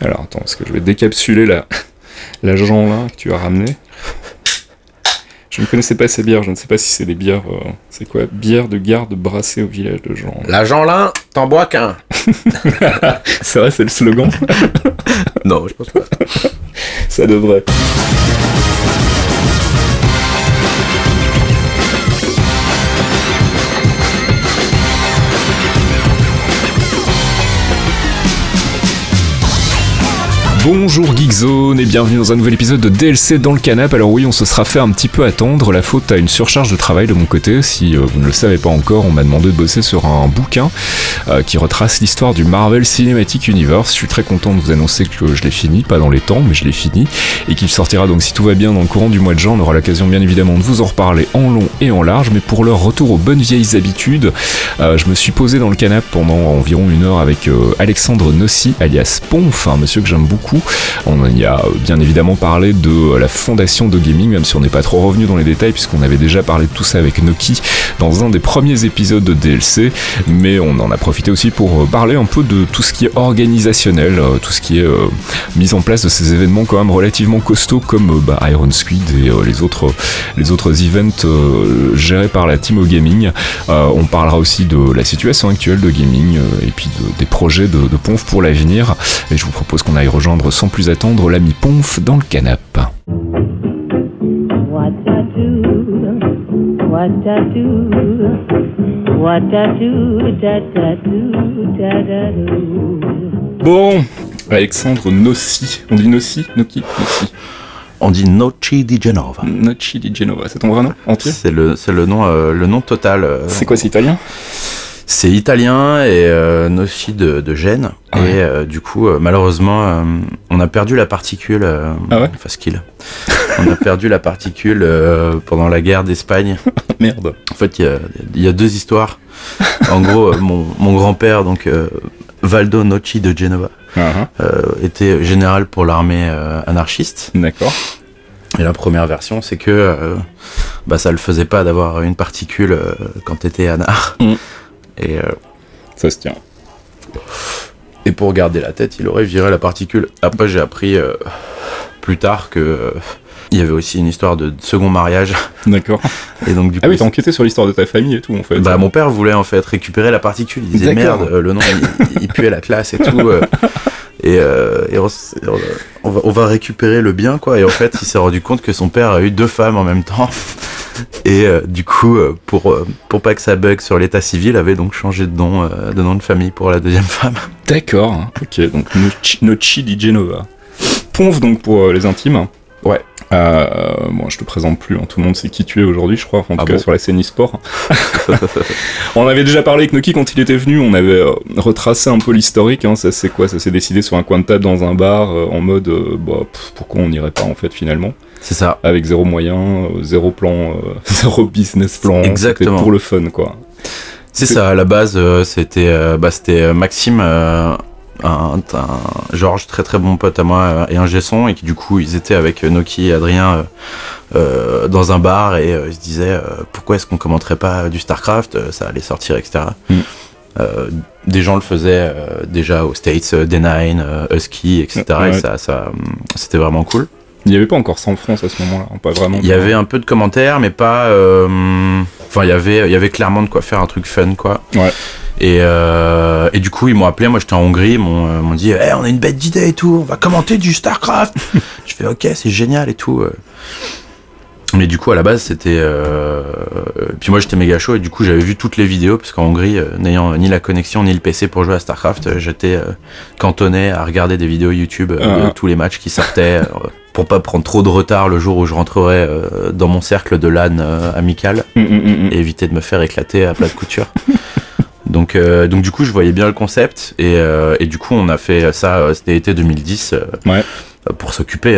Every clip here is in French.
Alors attends, parce que je vais décapsuler la Jeanlin que tu as ramenée. Je ne connaissais pas ces bières, je ne sais pas si c'est des bières... c'est quoi? Bière de garde brassée au village de Jean. La Jeanlin, t'en bois qu'un. C'est vrai, c'est le slogan? Non, je pense pas. Ça devrait. Bonjour Geekzone et bienvenue dans un nouvel épisode de DLC dans le canapé. Alors oui, on se sera fait un petit peu attendre, la faute à une surcharge de travail de mon côté. Si vous ne le savez pas encore, on m'a demandé de bosser sur un bouquin qui retrace l'histoire du Marvel Cinematic Universe. Je suis très content de vous annoncer que je l'ai fini, pas dans les temps, mais je l'ai fini, et qu'il sortira donc si tout va bien dans le courant du mois de juin. On aura l'occasion bien évidemment de vous en reparler en long et en large, mais pour leur retour aux bonnes vieilles habitudes, je me suis posé dans le canapé pendant environ une heure avec Alexandre Nossi, alias Ponf, un monsieur que j'aime beaucoup. On y a bien évidemment parlé de la fondation de gaming, même si on n'est pas trop revenu dans les détails puisqu'on avait déjà parlé de tout ça avec Noki dans un des premiers épisodes de DLC, mais on en a profité aussi pour parler un peu de tout ce qui est organisationnel, tout ce qui est mise en place de ces événements quand même relativement costauds comme Iron Squid et les autres events gérés par la Team Gaming. On parlera aussi de la situation actuelle de gaming et puis des projets de Ponf pour l'avenir, et je vous propose qu'on aille rejoindre sans plus attendre l'ami Ponf dans le canap'. Bon, Alexandre Nossi, on dit Nossi? Noki? Nossi. On dit Noci di Genova. Noci di Genova, c'est ton vrai nom entier? C'est le nom total. C'est quoi, c'est italien? C'est italien et Noci de Gênes. Ouais. Et du coup, malheureusement, on a perdu la particule. Ah ouais? Fasquille. On a perdu la particule pendant la guerre d'Espagne. Merde. En fait, il y a deux histoires. En gros, mon grand-père, donc Valdo Noci de Genova, était général pour l'armée anarchiste. D'accord. Et la première version, c'est que ça le faisait pas d'avoir une particule quand t'étais anar. Et ça se tient. Et pour garder la tête, il aurait viré la particule. Après, j'ai appris plus tard que il y avait aussi une histoire de second mariage. D'accord. Et donc du coup, oui, t'as enquêté sur l'histoire de ta famille et tout en fait. Mon père voulait en fait récupérer la particule. Il disait merde, le nom il puait la classe et tout. Et on va récupérer le bien quoi. Et en fait, il s'est rendu compte que son père a eu 2 femmes en même temps. Et du coup, pour pas que ça bug sur l'état civil, avait donc changé de nom de famille pour la deuxième femme. D'accord. Ok. Donc Noci di Genova. Ponf donc pour les intimes. Ouais. Bon, je te présente plus, tout le monde sait qui tu es aujourd'hui, je crois, en tout cas sur la scène e-sport. On avait déjà parlé avec Noki quand il était venu, on avait retracé un peu l'historique, ça c'est quoi? Ça s'est décidé sur un coin de table dans un bar, en mode, pourquoi on n'irait pas en fait finalement? C'est ça. Avec zéro moyen, zéro plan, zéro business plan. Exactement. C'était pour le fun, quoi. C'est ça, à la base, c'était Maxime, un Georges, très très bon pote à moi, et un Gesson, et qui du coup ils étaient avec Noki et Adrien dans un bar, et ils se disaient pourquoi est-ce qu'on commenterait pas du StarCraft, ça allait sortir, etc. Des gens le faisaient déjà aux States, D9, Husky, etc. Ouais. Et ça c'était vraiment cool. Il n'y avait pas encore ça en France à ce moment-là, pas vraiment. Il y avait un peu de commentaires, mais pas. Enfin, il y avait clairement de quoi faire un truc fun, quoi. Ouais. Et du coup, ils m'ont appelé. Moi, j'étais en Hongrie. Ils m'ont dit, on a une bête d'idée et tout. On va commenter du StarCraft. Je fais, ok, c'est génial et tout. Mais du coup, à la base, c'était. Puis moi, j'étais méga chaud et du coup, j'avais vu toutes les vidéos parce qu'en Hongrie, n'ayant ni la connexion ni le PC pour jouer à StarCraft, j'étais cantonné à regarder des vidéos YouTube de tous les matchs qui sortaient. Pour pas prendre trop de retard le jour où je rentrerai dans mon cercle de LAN amical et éviter de me faire éclater à plat de couture. Donc du coup je voyais bien le concept et du coup on a fait ça, c'était été 2010 pour s'occuper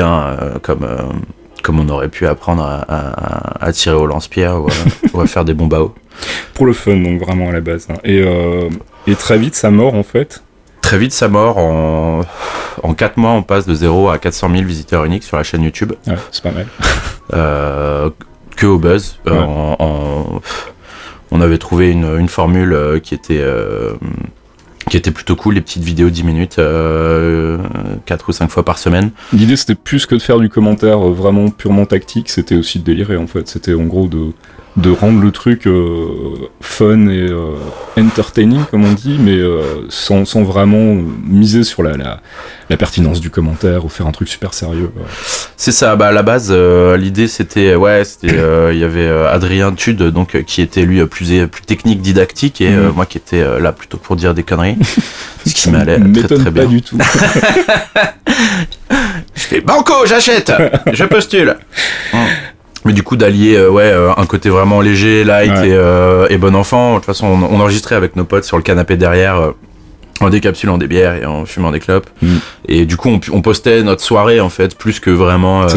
comme on aurait pu apprendre à tirer au lance-pierre ou à faire des bombes à eau. Pour le fun donc vraiment à la base. Et très vite ça mord en fait. Très vite, ça mord. En 4 mois, on passe de 0 à 400 000 visiteurs uniques sur la chaîne YouTube. Ouais, c'est pas mal. Que au buzz. Ouais. On avait trouvé une formule qui était qui étaient plutôt cool, les petites vidéos 10 minutes, 4 ou 5 fois par semaine. L'idée c'était plus que de faire du commentaire vraiment purement tactique, c'était aussi de délirer en fait, c'était en gros de rendre le truc fun et entertaining comme on dit, mais sans vraiment miser sur la pertinence du commentaire ou faire un truc super sérieux. C'est ça, à la base l'idée c'était il y avait Adrien Tude donc qui était lui plus technique, didactique et moi qui étais là plutôt pour dire des conneries. Ce qui m'allait très très bien. Pas du tout. Je fais banco, j'achète, je postule. Mais du coup d'allier un côté vraiment léger, light et bon enfant. De toute façon on enregistrait avec nos potes sur le canapé derrière en décapsulant des bières et en fumant des clopes. Et du coup on postait notre soirée en fait plus que vraiment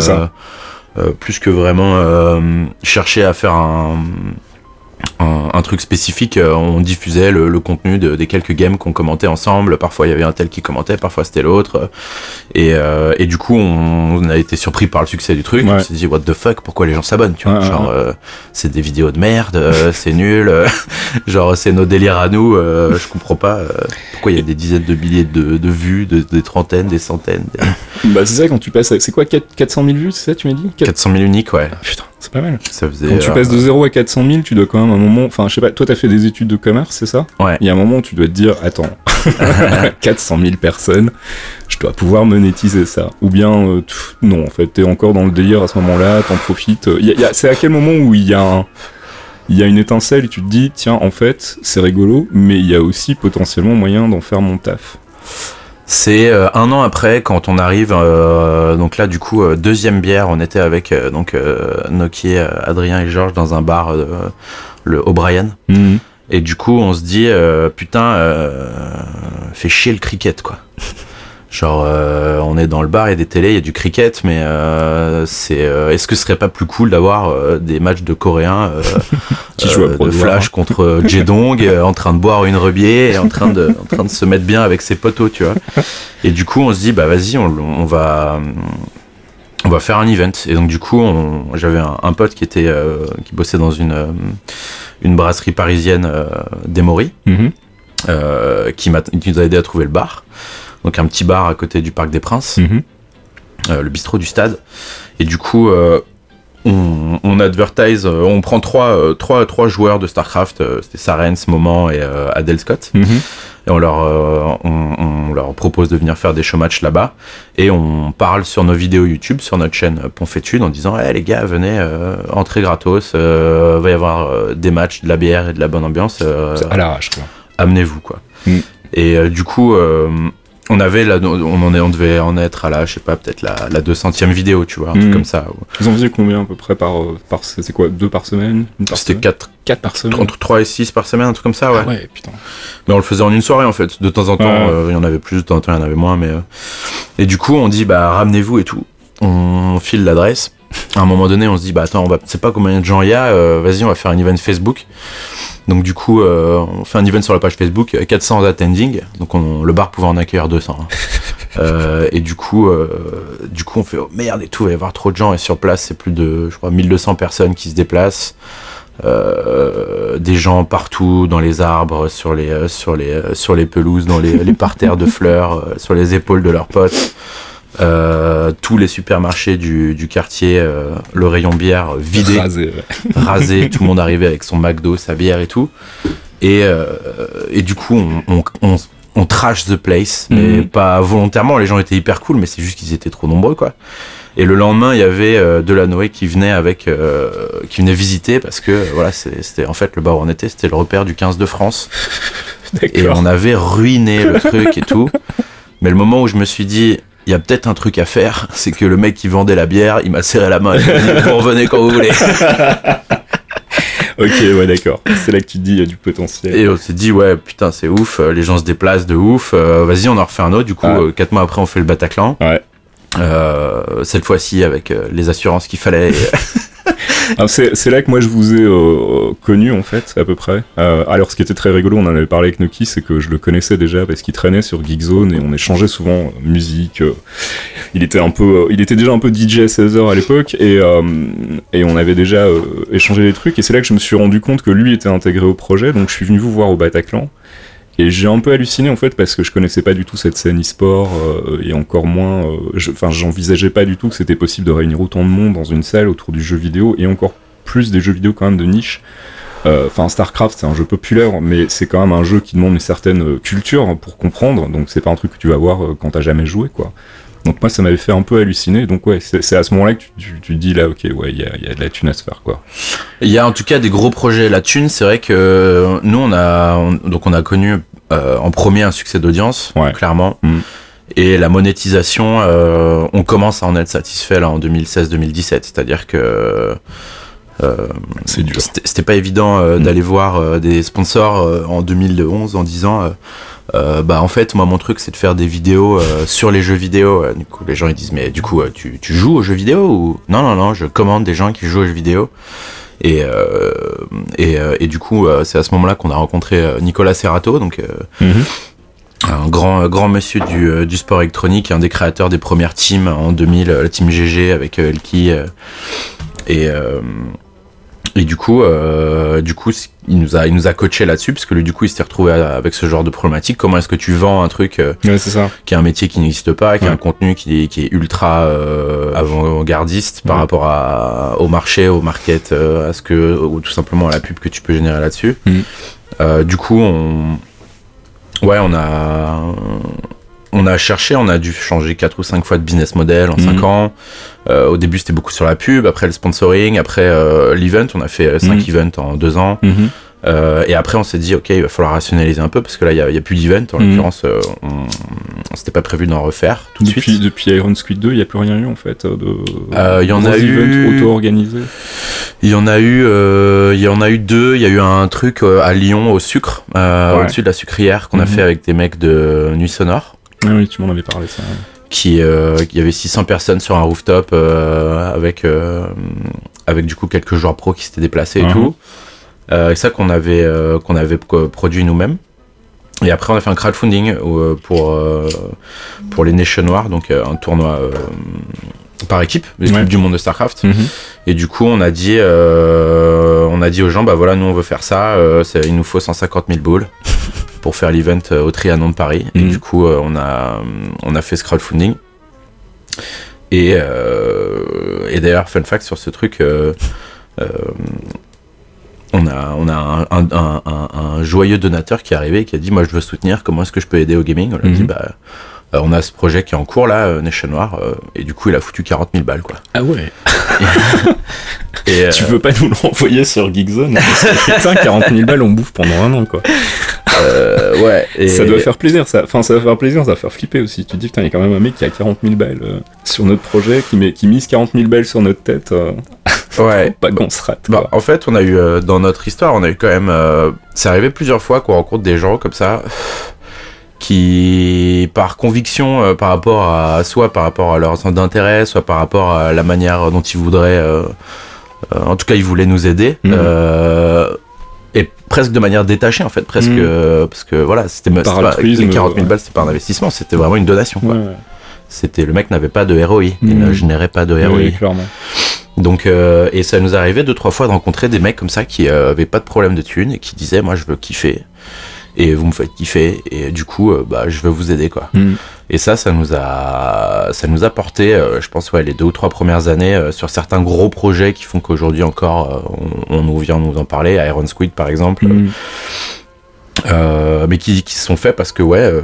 chercher à faire un truc spécifique. On diffusait le contenu des quelques games qu'on commentait ensemble. Parfois il y avait un tel qui commentait, parfois c'était l'autre, et du coup on a été surpris par le succès du truc. On s'est dit what the fuck, pourquoi les gens s'abonnent, tu vois, genre c'est des vidéos de merde, c'est nul, genre c'est nos délires à nous, je comprends pas pourquoi il y a des dizaines de milliers de vues, des trentaines, des centaines. Bah c'est ça, quand tu passes, c'est quoi, 400 000 vues, c'est ça tu m'as dit 400 000 uniques, ouais. Ah, putain, c'est pas mal. Ça faisait, quand tu passes de 0 à 400 000, tu dois quand même à un moment, enfin je sais pas, toi t'as fait des études de commerce, c'est ça? Ouais. Il y a un moment où tu dois te dire, attends, 400 000 personnes, je dois pouvoir monétiser ça. Ou bien, non, en fait, t'es encore dans le délire à ce moment-là, t'en profites. C'est à quel moment où il y a une étincelle et tu te dis, tiens, en fait, c'est rigolo, mais il y a aussi potentiellement moyen d'en faire mon taf. C'est un an après, quand on arrive, donc là du coup deuxième bière, on était avec Noki, Adrien et Georges dans un bar, le O'Brien, et du coup on se dit fait chier le cricket quoi. Genre on est dans le bar, il y a des télés, il y a du cricket, mais est-ce que ce serait pas plus cool d'avoir des matchs de Coréens qui jouent de Flash contre Jedong, en train de boire une rebier et en train de se mettre bien avec ses potos, tu vois. Et du coup on se dit bah vas-y, on va faire un event. Et donc du coup j'avais un pote qui bossait dans une brasserie parisienne d'Emory, qui nous a aidé à trouver le bar. Donc un petit bar à côté du Parc des Princes, le bistrot du stade. Et du coup, on advertise, on prend trois joueurs de StarCraft, c'était Sarens, Moment et Adel Scott. Et on leur propose de venir faire des showmatchs là-bas. Et on parle sur nos vidéos YouTube, sur notre chaîne Ponfétude, en disant hey, les gars, venez, entrez gratos, va y avoir des matchs, de la bière et de la bonne ambiance. À l'arrache, quoi. Amenez-vous, quoi. Et du coup... on devait en être à je sais pas, peut-être la 200e vidéo, tu vois, un truc comme ça. Vous en faisiez combien à peu près par c'est quoi, 2 par semaine? C'était 4 par semaine. Entre 3 et 6 par semaine, un truc comme ça, ouais. Ah ouais, putain. Mais on le faisait en une soirée, en fait. De temps en temps, il y en avait plus, de temps en temps, il y en avait moins, mais... Et du coup, on dit, bah, ramenez-vous et tout. On file l'adresse. À un moment donné, on se dit, bah, attends, on sait pas combien de gens il y a, vas-y, on va faire un event Facebook. Donc du coup, on fait un event sur la page Facebook, 400 attending, donc le bar pouvait en accueillir 200. Et du coup, on fait oh merde et tout, il va y avoir trop de gens, et sur place c'est plus de, je crois, 1200 personnes qui se déplacent, des gens partout dans les arbres, sur les pelouses, dans les parterres de fleurs, sur les épaules de leurs potes. Tous les supermarchés du quartier, le rayon bière vidé, rasé, tout le monde arrivait avec son McDo, sa bière et tout, et du coup on trash the place, mais pas volontairement, les gens étaient hyper cool, mais c'est juste qu'ils étaient trop nombreux, quoi. Et le lendemain il y avait Delanoë qui venait visiter, parce que voilà, c'était en fait le bar où on était, c'était le repère du 15 de France. Et on avait ruiné le truc et tout, mais le moment où je me suis dit il y a peut-être un truc à faire, c'est que le mec qui vendait la bière, il m'a serré la main et il m'a dit, vous revenez quand vous voulez. Ok, ouais, d'accord. C'est là que tu te dis, il y a du potentiel. Et on s'est dit, ouais, putain, c'est ouf, les gens se déplacent de ouf, vas-y, on en refait un autre. Du coup, 4 mois après, on fait le Bataclan. Ouais. Cette fois-ci, avec les assurances qu'il fallait. Alors c'est là que moi je vous ai connu en fait, à peu près. Alors ce qui était très rigolo, on en avait parlé avec Noki, c'est que je le connaissais déjà parce qu'il traînait sur Geekzone et on échangeait souvent musique. Il était déjà un peu DJ à 16h à l'époque et on avait déjà échangé des trucs, et c'est là que je me suis rendu compte que lui était intégré au projet, donc je suis venu vous voir au Bataclan. Et j'ai un peu halluciné en fait parce que je connaissais pas du tout cette scène e-sport et encore moins, j'envisageais pas du tout que c'était possible de réunir autant de monde dans une salle autour du jeu vidéo et encore plus des jeux vidéo quand même de niche. Starcraft c'est un jeu populaire mais c'est quand même un jeu qui demande une certaine culture pour comprendre, donc c'est pas un truc que tu vas voir quand t'as jamais joué quoi. Donc moi ça m'avait fait un peu halluciner, donc ouais c'est à ce moment là que tu te dis là ok ouais il y a de la thune à se faire quoi. Il y a en tout cas des gros projets. La thune, c'est vrai que nous on a connu en premier un succès d'audience, clairement. Et la monétisation, on commence à en être satisfait là en 2016-2017, c'est-à-dire que c'est dur. C'était pas évident d'aller voir des sponsors en 2011 en disant en fait moi mon truc c'est de faire des vidéos sur les jeux vidéo. Du coup les gens ils disent mais du coup tu joues aux jeux vidéo ou non je commande des gens qui jouent aux jeux vidéo. Et du coup c'est à ce moment-là qu'on a rencontré Nicolas Serrato, donc un grand monsieur du sport électronique, un des créateurs des premières teams en 2000, la team GG avec Elki et du coup il nous a coaché là-dessus parce que lui du coup il s'était retrouvé avec ce genre de problématique. Comment est-ce que tu vends un truc c'est ça. qui est un métier qui n'existe pas, qui est un contenu qui est ultra avant-gardiste par rapport au marché, au market, ou tout simplement à la pub que tu peux générer là-dessus. Du coup on a cherché, on a dû changer 4 ou 5 fois de business model en 5 ans. Au début, c'était beaucoup sur la pub, après le sponsoring, après l'event, on a fait 5 events en 2 ans. Et après, on s'est dit, ok, il va falloir rationaliser un peu, parce que là, il n'y a plus d'event. En l'occurrence, c'était pas prévu d'en refaire tout de suite. Depuis Iron Squid 2, il n'y a plus rien eu, en fait, il y en a eu auto-organisés. Il y en a eu 2. Il y a eu un truc à Lyon, au Sucre, au-dessus de la sucrière, qu'on a fait avec des mecs de Nuit Sonore. Ah oui, tu m'en avais parlé, ça. Il y avait 600 personnes sur un rooftop avec du coup quelques joueurs pros qui s'étaient déplacés et tout. Et ça qu'on avait produit nous-mêmes. Et après on a fait un crowdfunding pour les Nations Noires, donc un tournoi par équipe, les équipes du monde de Starcraft. Et du coup on a dit aux gens bah voilà, nous on veut faire ça, il nous faut 150 000 boules pour faire l'event au Trianon de Paris. Et du coup on a fait ce crowdfunding. Et d'ailleurs fun fact sur ce truc, on a un joyeux donateur qui est arrivé et qui a dit moi je veux soutenir, comment est-ce que je peux aider au gaming. On a dit bah on a ce projet qui est en cours là, Nation Noire, et du coup il a foutu 40 000 balles quoi. Ah ouais. Tu veux pas nous l'envoyer sur Geekzone parce que putain 40 000 balles on bouffe pendant un an quoi. Ouais. Et ça doit faire plaisir ça. Enfin ça va faire plaisir, ça va faire flipper aussi. Tu te dis putain il y a quand même un mec qui a 40 000 balles sur notre projet, qui mise 40 000 balles sur notre tête. Ouais. Pas qu'on se rate. Bah, en fait on a eu dans notre histoire on a eu quand même c'est arrivé plusieurs fois qu'on rencontre des gens comme ça qui par conviction par rapport à leurs centres d'intérêt, soit par rapport à la manière dont ils voudraient en tout cas ils voulaient nous aider et presque de manière détachée en fait, presque parce que voilà, c'était les 40 000 balles c'était pas un investissement, c'était vraiment une donation quoi. C'était, le mec n'avait pas de ROI, il ne générait pas de ROI. Oui, clairement. Donc et ça nous arrivait 2-3 fois de rencontrer des mecs comme ça qui avaient pas de problème de thunes et qui disaient moi je veux kiffer et vous me faites kiffer et du coup je veux vous aider quoi. Et ça nous a porté je pense les 2 ou 3 premières années sur certains gros projets qui font qu'aujourd'hui encore on nous vient nous en parler, Iron Squid par exemple, mais qui se sont faits parce que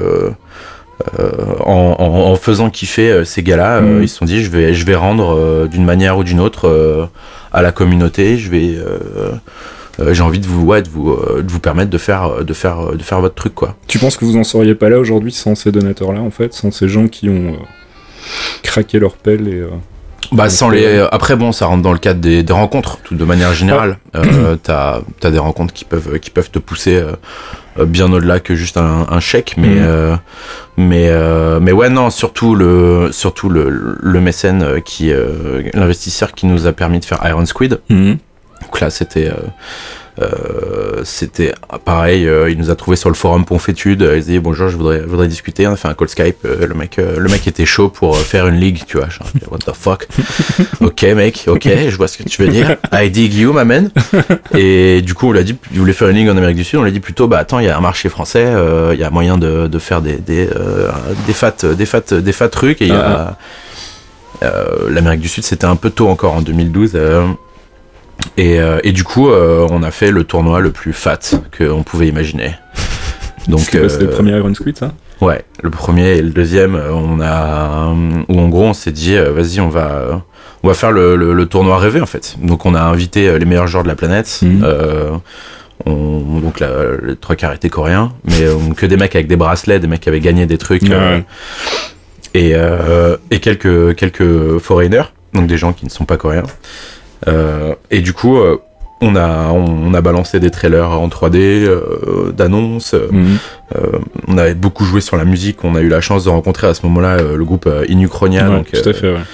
en faisant kiffer ces gars-là, ils se sont dit je vais rendre d'une manière ou d'une autre à la communauté, j'ai envie de vous permettre de faire votre truc quoi. Tu penses que vous en seriez pas là aujourd'hui sans ces donateurs-là en fait, sans ces gens qui ont craqué leur pelle et sans les après bon ça rentre dans le cadre des rencontres tout de manière générale. T'as des rencontres qui peuvent te pousser bien au-delà que juste un chèque, mais ouais non, surtout le mécène l'investisseur qui nous a permis de faire Iron Squid. Donc là c'était c'était pareil, il nous a trouvé sur le forum Ponfétude, il disait bonjour, je voudrais discuter, on a fait un call Skype, le mec était chaud pour faire une ligue, tu vois, genre, what the fuck. Ok mec, ok, je vois ce que tu veux dire, I dig you my man. Et du coup on l'a dit, il voulait faire une ligue en Amérique du Sud, on l'a dit plutôt bah attends, il y a un marché français, il y a moyen de faire des fat trucs, et il y a l'Amérique du Sud, c'était un peu tôt encore en 2012. Et du coup, on a fait le tournoi le plus fat qu'on pouvait imaginer. Donc, c'était le premier Iron Squid, ça ? Ouais, le premier et le deuxième, où en gros, on s'est dit, vas-y, on va faire le tournoi rêvé, en fait. Donc, on a invité les meilleurs joueurs de la planète. Donc, les trois quarts étaient coréens, mais que des mecs avec des bracelets, des mecs qui avaient gagné des trucs, et quelques foreigners, donc des gens qui ne sont pas coréens. Et du coup, on a balancé des trailers en 3D, d'annonces. On avait beaucoup joué sur la musique. On a eu la chance de rencontrer à ce moment-là le groupe Inuchronia, donc, tout à fait, ouais.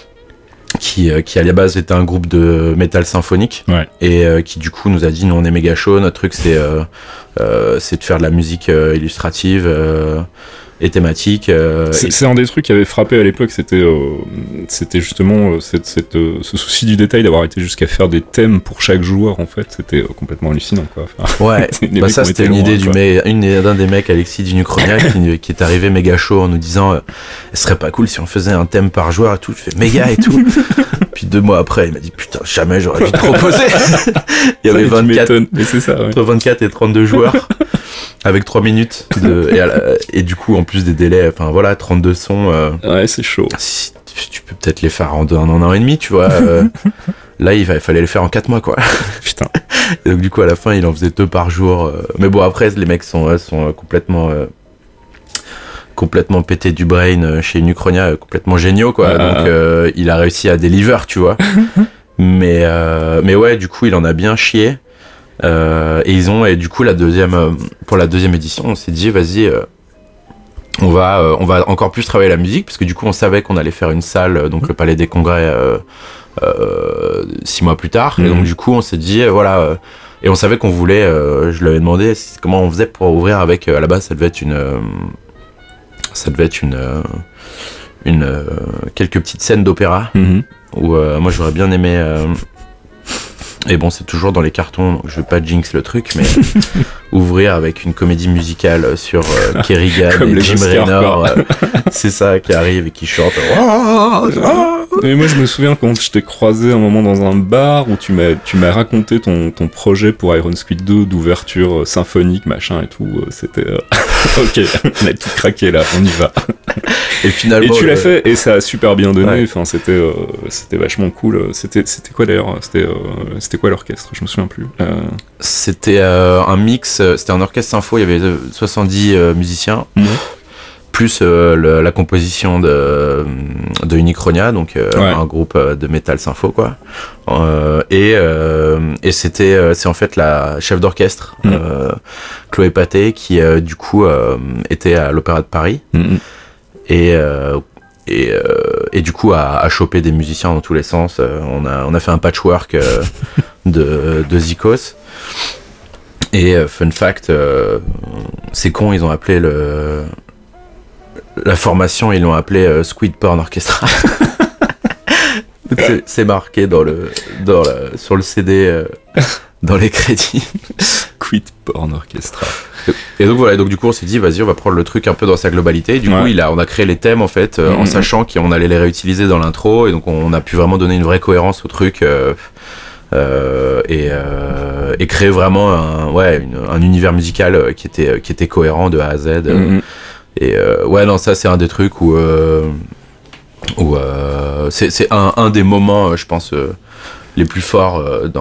qui à la base était un groupe de métal symphonique, et qui du coup nous a dit nous on est méga chaud, notre truc c'est de faire de la musique illustrative et thématique. C'est un des trucs qui avait frappé à l'époque, c'était justement ce souci du détail, d'avoir été jusqu'à faire des thèmes pour chaque joueur, en fait. C'était complètement hallucinant, quoi. Enfin, ouais, bah ça c'était une idée d'un des mecs, Alexis d'Inuchronia, qui est arrivé méga chaud en nous disant ce serait pas cool si on faisait un thème par joueur et tout. Je fais méga et tout. Puis 2 mois après, il m'a dit putain, jamais j'aurais dû te proposer. Il y avait 24, mais c'est ça, ouais. Entre 24 et 32 joueurs. Avec 3 minutes et du coup en plus des délais, enfin voilà, 32 sons, ouais, c'est chaud. Si, tu peux peut-être les faire en un an et demi, tu vois. Là il fallait les faire en 4 mois, quoi. Putain. Et donc du coup à la fin il en faisait 2 par jour, mais bon après les mecs sont complètement pétés du brain chez Inuchronia, complètement géniaux, quoi. Donc il a réussi à deliver, tu vois. mais ouais, du coup il en a bien chié. Et du coup pour la deuxième édition, on s'est dit vas-y, on va encore plus travailler la musique, parce que du coup on savait qu'on allait faire une salle, donc le Palais des Congrès, 6 mois plus tard. Et donc du coup on s'est dit voilà, et on savait qu'on voulait, je lui avais demandé comment on faisait pour ouvrir avec, à la base ça devait être quelques petites scènes d'opéra, où moi j'aurais bien aimé. Et bon, c'est toujours dans les cartons, donc je vais pas jinx le truc, mais ouvrir avec une comédie musicale sur Kerrigan et Jim Raynor, c'est ça, qui arrive et qui chante. Mais moi, je me souviens quand je t'ai croisé un moment dans un bar où tu m'as raconté ton projet pour Iron Squid 2 d'ouverture symphonique, machin et tout. C'était ok, on a tout craqué là, on y va. Et finalement, et tu l'as fait, et ça a super bien donné. Ouais. Enfin, c'était vachement cool. C'était quoi d'ailleurs? C'était quoi l'orchestre? Je me souviens plus. C'était un mix. C'était un orchestre sympho. Il y avait 70 musiciens. Plus la composition de Inuchronia, donc un groupe de métal sympho, quoi. Et c'est en fait la chef d'orchestre, Chloé Pathé, qui du coup était à l'Opéra de Paris, et du coup a chopé des musiciens dans tous les sens. On a fait un patchwork de Zikos. Et fun fact, c'est con, ils ont appelé la formation, ils l'ont appelé Squid Porn Orchestra. C'est marqué sur le CD, dans les crédits. Squid Porn Orchestra. Et donc voilà, donc du coup on s'est dit vas-y, on va prendre le truc un peu dans sa globalité. Et du coup on a créé les thèmes en fait, en sachant qu'on allait les réutiliser dans l'intro, et donc on a pu vraiment donner une vraie cohérence au truc. Et créer vraiment un univers musical qui était cohérent de A à Z. Et non, ça c'est un des trucs où c'est un des moments, je pense, les plus forts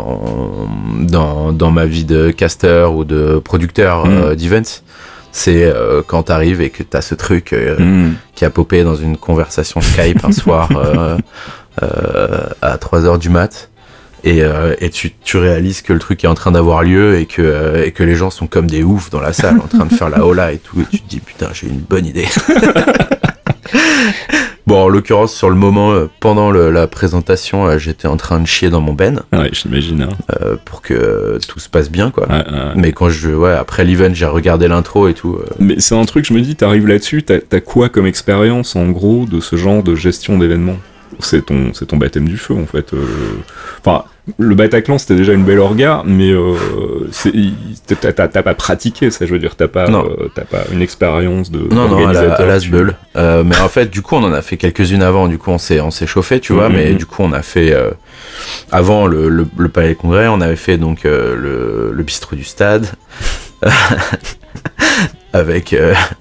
dans ma vie de caster ou de producteur d'events. C'est quand t'arrives et que t'as ce truc qui a popé dans une conversation Skype un soir à 3h du mat. Et tu réalises que le truc est en train d'avoir lieu, et que les gens sont comme des oufs dans la salle en train de faire la hola et tout, et tu te dis putain, j'ai une bonne idée. Bon, en l'occurrence, sur le moment, pendant la présentation, j'étais en train de chier dans mon ben. Ouais, j'imagine. Hein. Pour que tout se passe bien, quoi. Mais quand après l'event, j'ai regardé l'intro et tout. Mais c'est un truc, je me dis, t'arrives là-dessus, t'as quoi comme expérience, en gros, de ce genre de gestion d'événements ? C'est ton baptême du feu, en fait. Enfin, le Bataclan, c'était déjà une belle orga, mais t'as pas pratiqué, ça, je veux dire, t'as pas une expérience d'organisateur. Non, à la sbeul. Mais en fait, du coup, on en a fait quelques-unes avant, du coup, on s'est chauffé, tu vois, mais du coup, on a fait, avant le Palais des Congrès, on avait fait, donc, le bistrot du stade, avec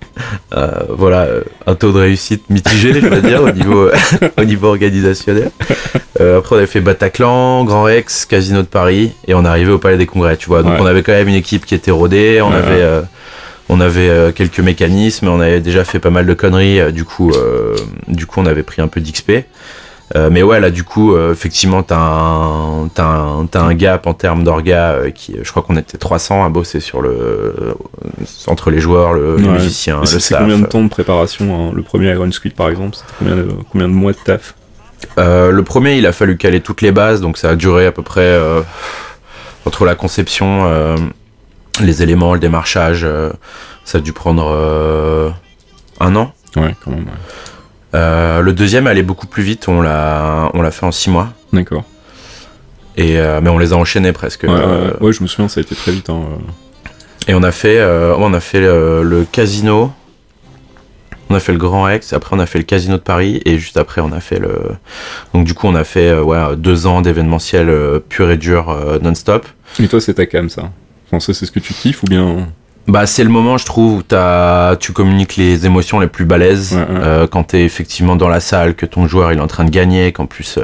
un taux de réussite mitigé, je veux dire, au niveau organisationnel. Après on avait fait Bataclan, Grand Rex, Casino de Paris, et on est arrivé au Palais des Congrès, tu vois. Donc on avait quand même une équipe qui était rodée, on avait quelques mécanismes, on avait déjà fait pas mal de conneries, du coup on avait pris un peu d'XP. Mais ouais, là, du coup, effectivement, t'as un gap en termes d'orga qui, je crois qu'on était 300 à bosser entre les joueurs, le musicien, le staff. C'est combien de temps de préparation, hein, le premier Iron Squid, par exemple, c'était combien de mois de taf? Le premier, il a fallu caler toutes les bases, donc ça a duré à peu près entre la conception, les éléments, le démarchage, ça a dû prendre 1 an. Ouais, quand même, ouais. Le deuxième allait beaucoup plus vite, on l'a fait en 6 mois. D'accord. Mais on les a enchaînés presque. Ouais, je me souviens, ça a été très vite. Hein. Et on a fait le casino, on a fait le Grand Rex, après on a fait le Casino de Paris, et juste après on a fait donc du coup on a fait 2 ans d'événementiel pur et dur non-stop. Et toi, c'est ta cam, ça? Enfin, ça, c'est ce que tu kiffes, ou bien... Bah, c'est le moment, je trouve, où tu communiques les émotions les plus balèzes, quand t'es effectivement dans la salle, que ton joueur il est en train de gagner, qu'en plus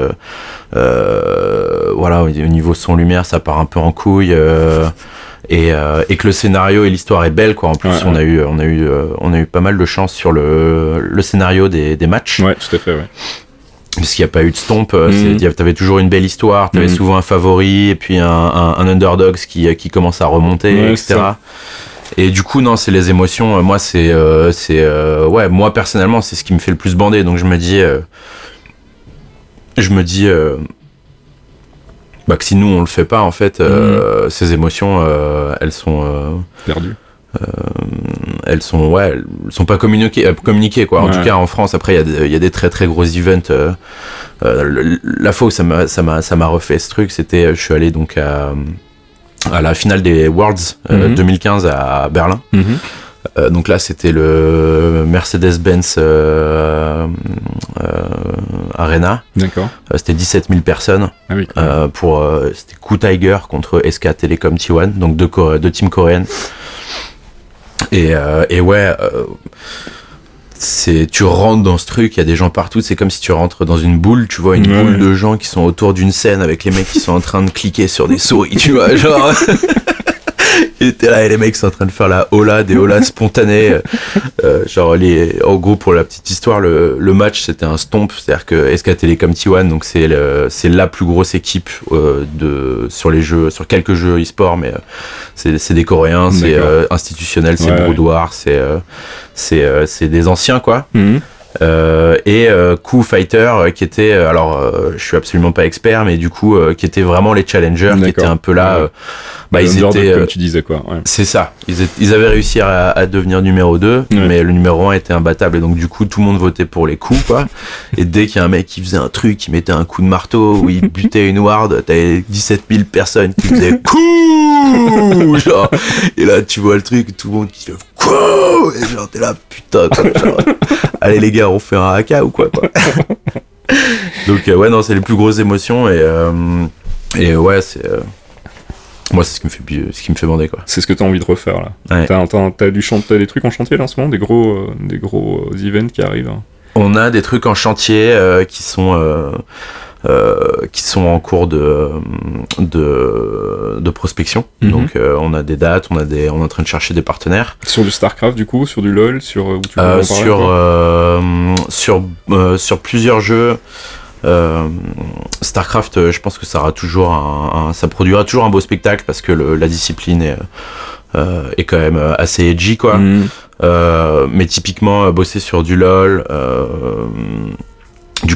au niveau son lumière ça part un peu en couille, et que le scénario et l'histoire est belle, quoi. En plus on a eu pas mal de chance sur le scénario des matchs. Ouais, tout à fait, ouais. Parce qu'il n'y a pas eu de stomp, t'avais toujours une belle histoire, t'avais souvent un favori et puis un underdog qui commence à remonter, etc. Et du coup, non, c'est les émotions. Moi, moi personnellement, c'est ce qui me fait le plus bander. Donc je me dis que si nous on le fait pas, en fait, ces émotions, elles sont perdues. Elles sont pas communiquées, quoi. En tout cas, en France, après, il y a des très très gros events. La fois où ça m'a refait ce truc, c'était, je suis allé donc à la finale des Worlds 2015 à Berlin. Donc là, c'était le Mercedes-Benz Arena. D'accord. C'était 17 000 personnes. Ah oui, c'était Coup Tiger contre SK Telecom T1, donc deux teams coréennes. Et tu rentres dans ce truc, il y a des gens partout, c'est comme si tu rentres dans une boule, tu vois, une boule de gens qui sont autour d'une scène avec les mecs qui sont en train de cliquer sur des souris, tu vois, genre... Et t'es là et les mecs sont en train de faire des holas spontanées. En gros, pour la petite histoire, le match c'était un stomp, c'est-à-dire que SK Telecom T1, donc c'est la plus grosse équipe sur quelques jeux e-sport, mais c'est des Coréens, c'est institutionnel, c'est Broodwar, c'est des anciens, quoi. Et Coup Fighter qui était, je suis absolument pas expert, mais du coup qui étaient vraiment les challengers, qui étaient un peu là, ils étaient comme tu disais, quoi. Ouais. C'est ça, ils avaient réussi à devenir numéro 2, mais le numéro 1 était imbattable, et donc du coup tout le monde votait pour les coups, quoi. Et dès qu'il y a un mec qui faisait un truc, qui mettait un coup de marteau ou il butait une ward, t'avais 17 000 personnes qui faisaient coup, genre, et là tu vois le truc, tout le monde qui fait coup, et genre t'es là, putain, quoi, genre, allez les gars, on fait un haka ou quoi. Donc non, c'est les plus grosses émotions, et ouais, c'est moi, c'est ce qui me fait bander, quoi. C'est ce que t'as envie de refaire, là. Ouais. T'as des trucs en chantier là en ce moment, des gros events qui arrivent, hein. On a des trucs en chantier qui sont en cours de prospection. Donc on a des dates, on est en train de chercher des partenaires. Sur du StarCraft, du coup, sur du LoL, sur sur plusieurs jeux. StarCraft, je pense que ça aura toujours ça produira toujours un beau spectacle, parce que la discipline est quand même assez edgy, quoi. Mais typiquement bosser sur du LoL,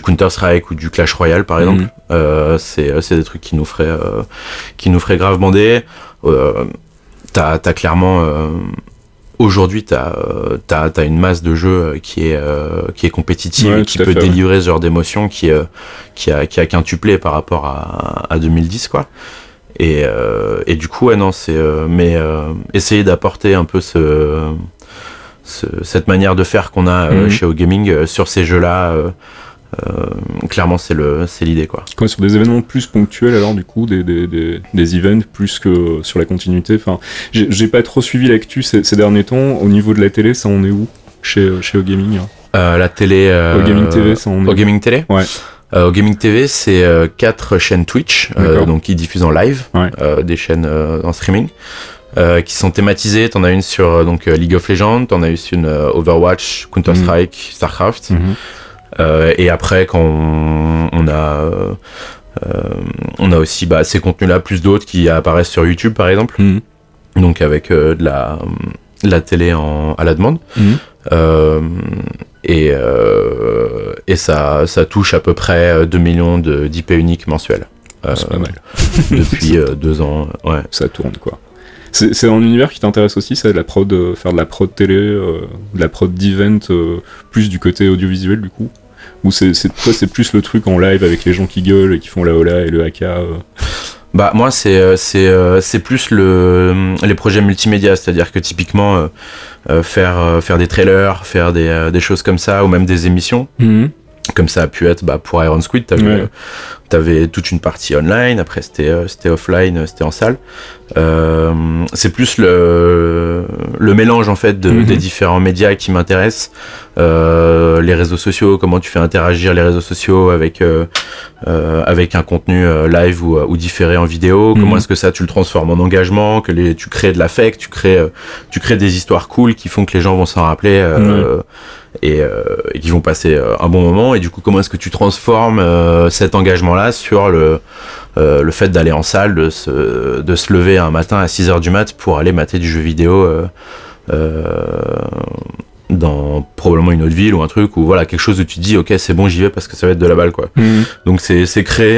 Counter-Strike ou du Clash Royale par exemple. C'est des trucs qui nous feraient grave bander. T'as clairement aujourd'hui t'as une masse de jeux qui est compétitive et qui peut délivrer ce genre d'émotion qui a quintuplé par rapport à 2010 quoi. Et du coup non c'est essayer d'apporter un peu cette manière de faire qu'on a chez OGaming sur ces jeux-là. Clairement c'est l'idée quoi. Sur des événements plus ponctuels alors du coup des events plus que sur la continuité. Enfin, j'ai pas trop suivi l'actu ces derniers temps. Au niveau de la télé, ça en est où chez OGaming? La télé. OGaming TV, ça en est où? OGaming Télé. Ouais. OGaming TV, c'est 4 chaînes Twitch, donc qui diffusent en live, des chaînes en streaming. Qui sont thématisées. T'en as une sur League of Legends, t'en as une Overwatch, Counter-Strike, Starcraft. Et après quand on a aussi ces contenus-là plus d'autres qui apparaissent sur YouTube par exemple, donc avec de la télé à la demande. Et ça touche à peu près 2 millions d'IP uniques mensuels. C'est pas mal. Depuis 2 ans, ouais. Ça tourne quoi. C'est un univers qui t'intéresse aussi, ça, faire de la prod télé, de la prod d'event, plus du côté audiovisuel du coup? Ou c'est plus le truc en live avec les gens qui gueulent et qui font la hola et le haka Moi c'est plus les projets multimédia, c'est-à-dire que typiquement faire des trailers, faire des choses comme ça ou même des émissions. Comme ça a pu être pour Iron Squid, t'avais toute une partie online, après c'était offline, c'était en salle. C'est plus le mélange en fait des différents médias qui m'intéressent. Les réseaux sociaux, comment tu fais interagir les réseaux sociaux avec un contenu live ou différé en vidéo, comment est-ce que ça tu le transformes en engagement, tu crées de l'affect, tu crées des histoires cool qui font que les gens vont s'en rappeler et qui vont passer un bon moment, et du coup comment est-ce que tu transformes cet engagement-là sur le fait d'aller en salle, de se lever un matin à 6h du mat pour aller mater du jeu vidéo dans probablement une autre ville ou un truc, ou voilà, quelque chose où tu te dis ok c'est bon j'y vais parce que ça va être de la balle quoi. Donc c'est créer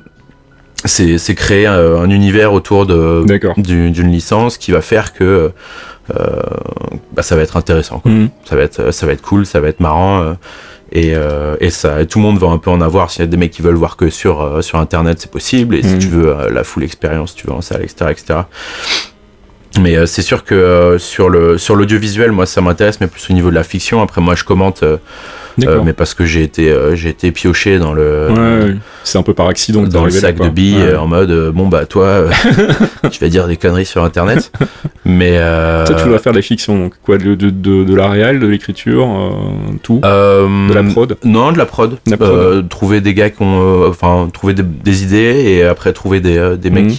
un univers autour d'une licence qui va faire que ça va être intéressant quoi. Ça va être cool, ça va être marrant, et tout le monde va un peu en avoir. S'il y a des mecs qui veulent voir que sur internet, c'est possible, et si tu veux la full expérience, tu vas en salle, etc. Mais c'est sûr que sur l'audiovisuel, moi ça m'intéresse, mais plus au niveau de la fiction. Après moi je commente, mais parce que j'ai été pioché dans c'est un peu par accident dans le sac de billes, en mode toi tu vas dire des conneries sur internet. Mais toi tu dois faire de la fiction, donc quoi, de la réal, de l'écriture, tout, de la prod? Non, de la prod. Trouver des gars trouver des idées, et après trouver des mecs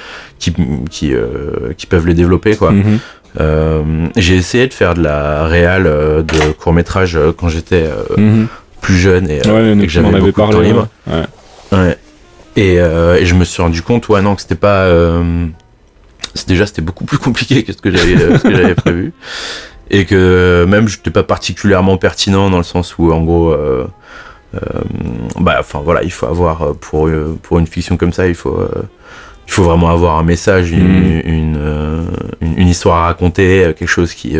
qui peuvent les développer quoi. J'ai essayé de faire de la réal de court-métrage quand j'étais plus jeune et que j'avais beaucoup de temps libre. Et je me suis rendu compte que c'était pas c'était beaucoup plus compliqué que ce que j'avais prévu, et que même j'étais pas particulièrement pertinent dans le sens où en gros il faut avoir pour une fiction comme ça, il faut vraiment avoir un message, une histoire à raconter, quelque chose qui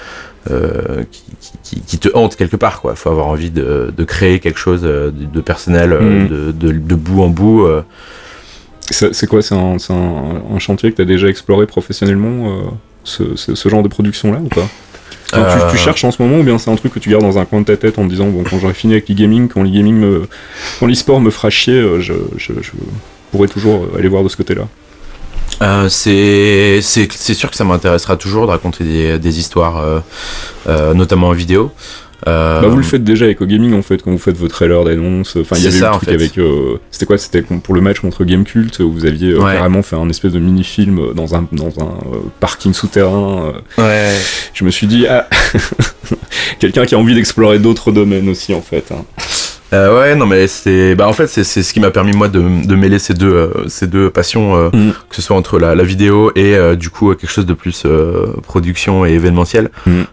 te hante quelque part quoi. Faut avoir envie de créer quelque chose de personnel, de bout en bout. C'est quoi, c'est un chantier que tu as déjà exploré professionnellement, ce genre de production là ou pas? Tu cherches en ce moment, ou bien c'est un truc que tu gardes dans un coin de ta tête en te disant quand j'aurai fini avec l'e-gaming, quand l'e-sport me fera chier, je pourrais toujours aller voir de ce côté-là? C'est sûr que ça m'intéressera toujours de raconter des histoires, notamment en vidéo. Vous le faites déjà avec OGaming en fait, quand vous faites vos trailers d'annonces. Enfin, il y avait eu un truc avec. C'était quoi? C'était pour le match contre Gamecult, où vous aviez carrément fait un espèce de mini-film dans un parking souterrain. Je me suis dit, quelqu'un qui a envie d'explorer d'autres domaines aussi en fait. Ouais, non, mais en fait, c'est ce qui m'a permis, moi, de mêler ces deux passions, que ce soit entre la vidéo et, du coup, quelque chose de plus, production et événementiel,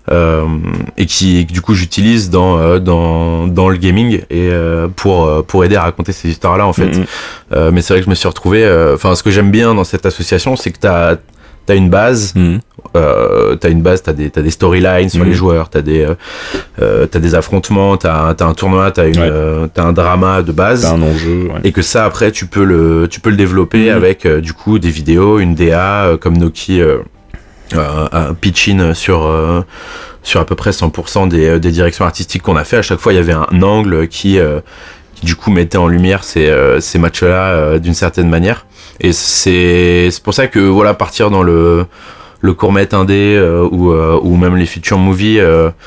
et qui, du coup, j'utilise dans le gaming et, pour aider à raconter ces histoires-là, en fait. Mais c'est vrai que je me suis retrouvé, ce que j'aime bien dans cette association, c'est que t'as une base, t'as des storylines sur les joueurs, t'as des affrontements, t'as un tournoi, t'as un drama de base, t'as un enjeu, et que ça après tu peux le développer avec du coup des vidéos, une DA comme Noki, un pitch-in sur à peu près 100% des directions artistiques qu'on a fait. À chaque fois il y avait un angle qui du coup mettait en lumière ces matchs-là d'une certaine manière. Et c'est pour ça que voilà, partir dans le court-métrage indé ou même les feature movies,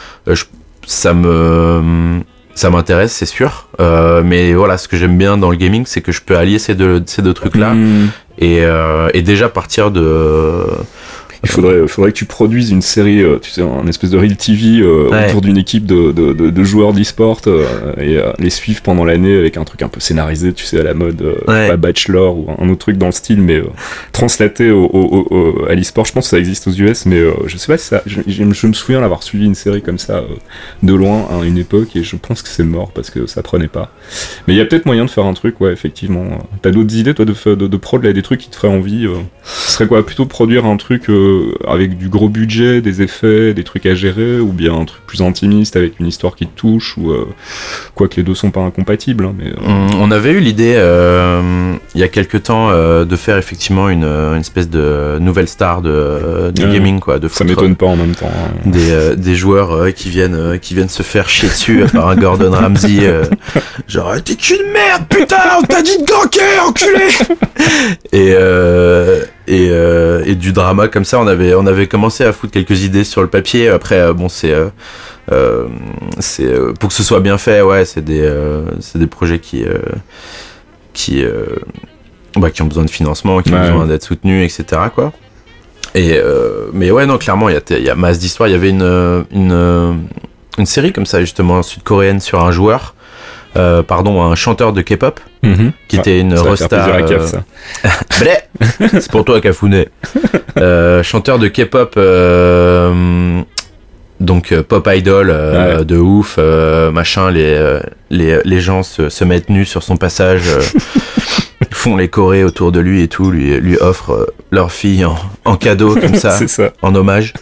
ça m'intéresse, c'est sûr. Mais voilà, ce que j'aime bien dans le gaming, c'est que je peux allier ces deux trucs-là et déjà partir de... Il faudrait que tu produises une série, tu sais, un espèce de real TV autour d'une équipe de joueurs d'e-sport et les suivre pendant l'année avec un truc un peu scénarisé, tu sais, à la mode je sais pas, Bachelor ou un autre truc dans le style, mais translaté à l'e-sport. Je pense que ça existe aux US, mais je sais pas si ça... Je me souviens d'avoir suivi une série comme ça de loin à une époque, et je pense que c'est mort parce que ça prenait pas. Mais il y a peut-être moyen de faire un truc, ouais, effectivement. T'as d'autres idées, toi, de prod, là, des trucs qui te feraient envie ce serait quoi, plutôt de produire un truc avec du gros budget, des effets, des trucs à gérer, ou bien un truc plus intimiste avec une histoire qui te touche, ou quoi que les deux sont pas incompatibles, hein, mais on avait eu l'idée il y a quelques temps de faire effectivement une espèce de nouvelle star de gaming, quoi, de ça m'étonne pas en même temps, hein. Des joueurs qui viennent se faire chier dessus par un Gordon Ramsay, genre t'es qu'une merde, putain, on t'a dit de ganker, enculé. Et du drama comme ça, on avait commencé à foutre quelques idées sur le papier. Après, bon, c'est pour que ce soit bien fait, ouais, c'est des projets qui ont besoin de financement, qui ont besoin d'être soutenus, etc., quoi. Mais ouais, non, clairement, il y a masse d'histoires. Il y avait une série comme ça, justement, sud-coréenne sur un joueur. Un chanteur de K-pop qui était une rosta. C'est pour toi, Cafuné. Chanteur de K-pop, donc pop idol de ouf, machin. Les gens se mettent nus sur son passage, font les chorés autour de lui et tout, lui offrent leur fille en cadeau comme ça, en hommage.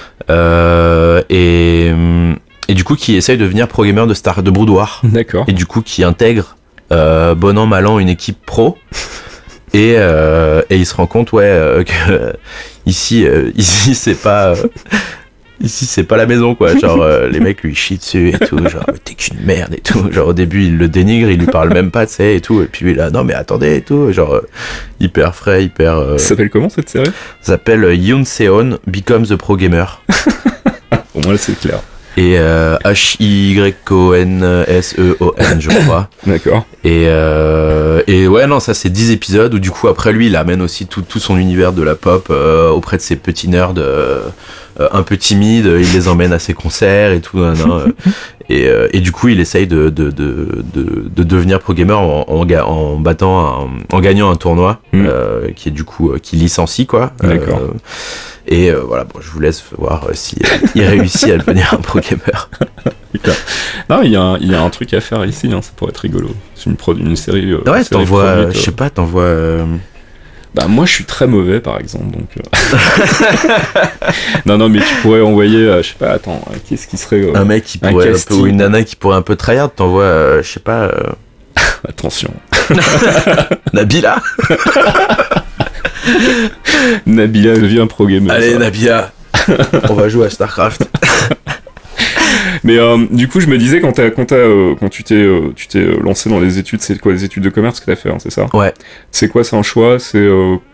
Et du coup qui essaye de devenir pro-gamer de boudoir. D'accord. Et du coup qui intègre bon an mal an une équipe pro. Et il se rend compte que ici c'est pas la maison, quoi. Genre les mecs lui chient dessus et tout, genre t'es qu'une merde et tout. Genre au début il le dénigre, il lui parle même pas, tu sais, et tout. Et puis lui là, non mais attendez et tout, genre hyper frais, hyper. Ça s'appelle comment cette série? Ça s'appelle Yoon Se-on Becomes a Pro Gamer. Au moins c'est clair. Et Hyonseon, je crois. D'accord. Et ouais, non, ça c'est 10 épisodes où du coup après lui il amène aussi tout son univers de la pop auprès de ses petits nerds un peu timides, il les emmène à ses concerts et tout, et du coup il essaye de devenir pro gamer en gagnant un tournoi qui est du coup qui licencie, quoi. D'accord. Voilà, bon, je vous laisse voir si il réussit à devenir un pro gamer. Non, il y a un truc à faire ici, hein, ça pourrait être rigolo. C'est une série. Ouais, t'envoies, je sais pas, Bah moi je suis très mauvais par exemple, donc. non mais tu pourrais envoyer, je sais pas, attends, qu'est-ce qui serait un mec qui pourrait un peu, ou une nana qui pourrait un peu tryhard, t'envoies, je sais pas. Attention. Nabila. Nabila devient pro gamer. Allez Nabila, on va jouer à Starcraft. Mais du coup je me disais quand tu t'es lancé dans les études, c'est quoi, les études de commerce que t'as fait, hein, c'est ça? Ouais. C'est quoi, c'est un choix, c'est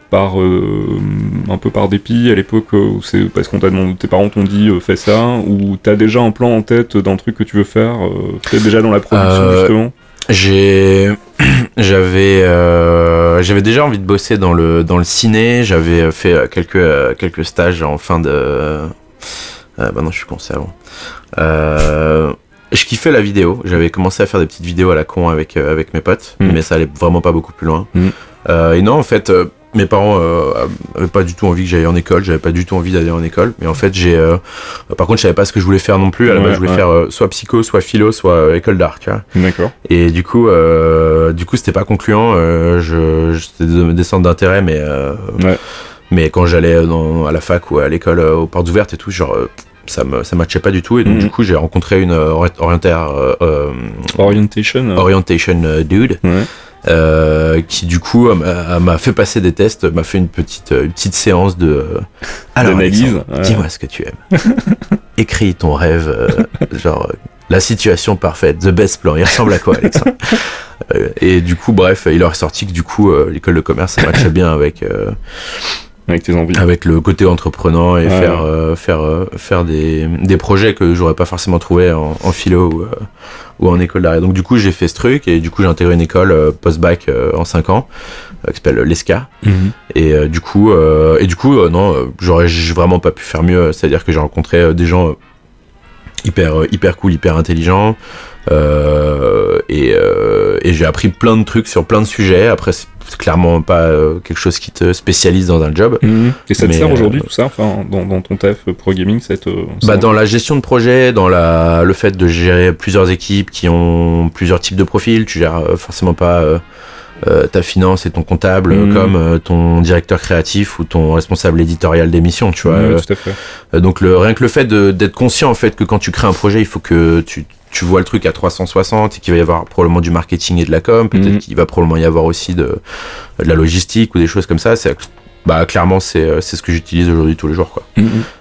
un peu par dépit à l'époque, ou c'est parce qu'on t'a demandé, tes parents t'ont dit fais ça, ou t'as déjà un plan en tête d'un truc que tu veux faire, peut-être déjà dans la production justement? J'avais déjà envie de bosser dans le ciné. J'avais fait quelques stages en fin de. Non, je suis con, c'est avant. Je kiffais la vidéo. J'avais commencé à faire des petites vidéos à la con avec mes potes, mais ça allait vraiment pas beaucoup plus loin. Et non, en fait, mes parents avaient pas du tout envie que j'aille en école. J'avais pas du tout envie d'aller en école. Mais en fait, par contre, je savais pas ce que je voulais faire non plus. À la base, je voulais faire soit psycho, soit philo, soit école d'art, tu vois. D'accord. Et du coup, c'était pas concluant. C'était des centres d'intérêt, mais quand j'allais à la fac ou à l'école aux portes ouvertes et tout, genre ça matchait pas du tout. Et donc du coup, j'ai rencontré une orientation dude. Qui du coup m'a fait passer des tests, m'a fait une petite séance d'analyse. Dis-moi ce que tu aimes. Écris ton rêve, la situation parfaite, the best plan. Il ressemble à quoi, Alexandre? Et du coup, bref, il leur est sorti que du coup, l'école de commerce, ça matchait bien avec tes envies, avec le côté entreprenant et faire des projets que j'aurais pas forcément trouvé en philo ou en école d'art. Donc du coup, j'ai fait ce truc et du coup, j'ai intégré une école post-bac en 5 ans qui s'appelle l'ESCA. Et du coup, non, j'aurais vraiment pas pu faire mieux. C'est-à-dire que j'ai rencontré des gens hyper cool, hyper intelligents. Et j'ai appris plein de trucs sur plein de sujets. Après, c'est clairement pas quelque chose qui te spécialise dans un job. Et ça te sert aujourd'hui tout ça, enfin, dans ton taf pro gaming, dans la gestion de projet, dans le fait de gérer plusieurs équipes qui ont plusieurs types de profils. Tu gères forcément pas ta finance et ton comptable comme ton directeur créatif ou ton responsable éditorial d'émission, tu vois. Tout à fait. Donc rien que le fait d'être conscient en fait que quand tu crées un projet, il faut que tu vois le truc à 360 et qu'il va y avoir probablement du marketing et de la com, peut-être qu'il va probablement y avoir aussi de la logistique ou des choses comme ça. Clairement c'est ce que j'utilise aujourd'hui tous les jours, quoi.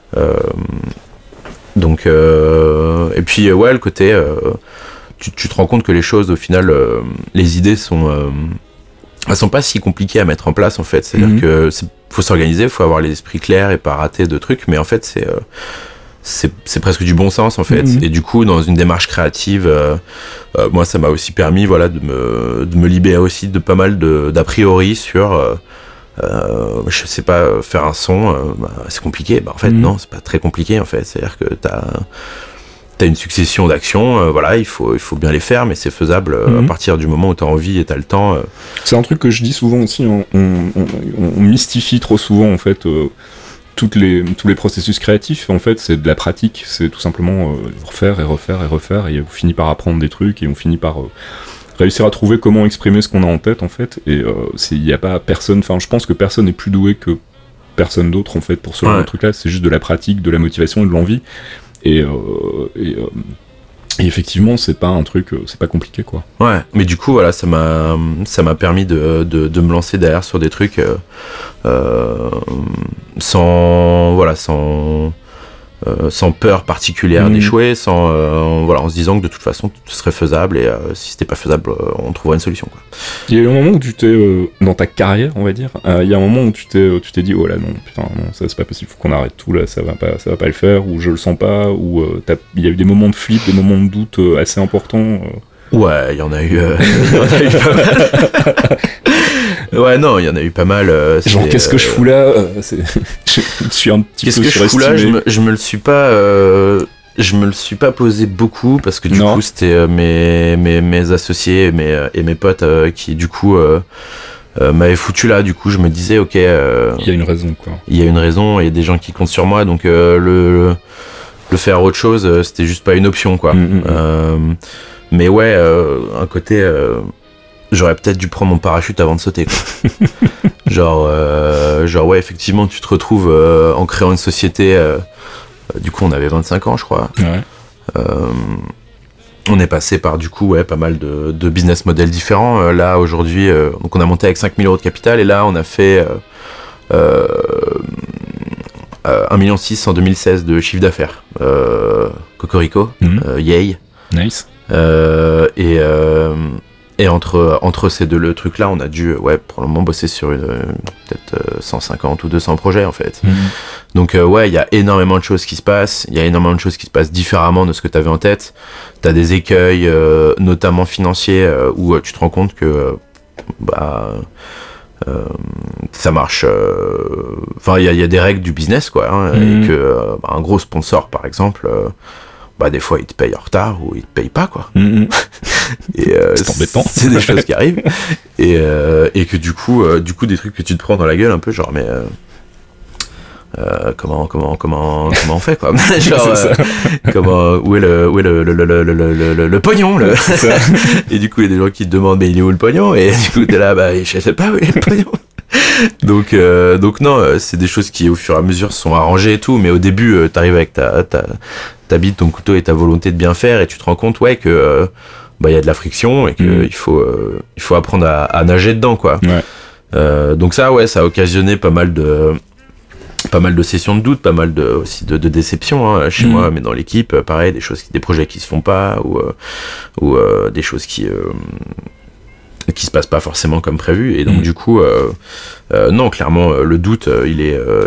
Donc et puis le côté tu te rends compte que les choses au final les idées elles sont pas si compliquées à mettre en place en fait. C'est-à-dire que faut s'organiser, faut avoir les esprits clairs et pas rater de trucs, mais en fait c'est presque du bon sens en fait. Et du coup, dans une démarche créative, moi ça m'a aussi permis de me libérer aussi de pas mal d'a priori sur je sais pas, faire un son, c'est compliqué. En fait non, c'est pas très compliqué en fait. C'est-à-dire que t'as une succession d'actions, il faut bien les faire, mais c'est faisable à partir du moment où t'as envie et t'as le temps. C'est un truc que je dis souvent aussi, on mystifie trop souvent en fait tous les processus créatifs. En fait, c'est de la pratique, c'est tout simplement refaire et refaire et refaire, et on finit par apprendre des trucs et on finit par réussir à trouver comment exprimer ce qu'on a en tête en fait. Et il y a pas personne, enfin je pense que personne n'est plus doué que personne d'autre en fait pour ce genre de truc là. C'est juste de la pratique, de la motivation et de l'envie. Et effectivement, c'est pas un truc, c'est pas compliqué, quoi. Ouais, mais du coup, ça m'a permis de me lancer derrière sur des trucs sans peur particulière d'échouer, en se disant que de toute façon ce serait faisable, et si c'était pas faisable, on trouverait une solution, quoi. Il y a eu un moment où tu t'es dans ta carrière, on va dire, il y a un moment où tu t'es dit oh là non, putain non, ça c'est pas possible, faut qu'on arrête tout là, ça va pas le faire, ou je le sens pas, ou il y a eu des moments de flip, des moments de doute assez importants. Ouais, il y en a eu pas mal. Ouais, non, il y en a eu pas mal. Genre, qu'est-ce que je fous là je suis un petit peu surestimé. Qu'est-ce que je fous là? Je me le suis pas posé beaucoup, parce que du coup, c'était mes associés et mes potes qui, du coup, m'avaient foutu là. Du coup, je me disais, ok. Il y a une raison, quoi. Il y a une raison, et il y a des gens qui comptent sur moi, donc le faire autre chose, c'était juste pas une option, quoi. Mais ouais, un côté, j'aurais peut-être dû prendre mon parachute avant de sauter, quoi. genre ouais, effectivement, tu te retrouves en créant une société. Du coup, on avait 25 ans, je crois. Ouais. On est passé par, du coup, pas mal de business models différents. Là, aujourd'hui, donc on a monté avec 5 000 € de capital, et là, on a fait 1,6 million en 2016 de chiffre d'affaires. Cocorico, yay. Nice. Et entre ces deux trucs là, on a dû probablement bosser sur peut-être 150 ou 200 projets en fait. Donc il y a énormément de choses qui se passent, il y a énormément de choses qui se passent différemment de ce que tu avais en tête. T'as des écueils notamment financiers où tu te rends compte que ça marche, il y a des règles du business, quoi, et que un gros sponsor par exemple, des fois ils te payent en retard ou ils te payent pas, quoi. Et c'est embêtant. C'est des choses qui arrivent. Et que du coup, des trucs que tu te prends dans la gueule un peu, genre, mais comment on fait, quoi. Genre, où est le pognon, Et du coup, il y a des gens qui te demandent, mais il est où le pognon? Et du coup, t'es là, je sais pas où est le pognon. Donc non, c'est des choses qui au fur et à mesure sont arrangées et tout, mais au début t'arrives avec ta bite, ton couteau et ta volonté de bien faire, et tu te rends compte que y a de la friction et que il faut apprendre à nager dedans, quoi. Donc ça a occasionné pas mal de sessions de doute, pas mal aussi de déceptions, chez moi, mais dans l'équipe, pareil, des projets qui se font pas, ou des choses qui se passent pas forcément comme prévu, et donc du coup non, clairement le doute il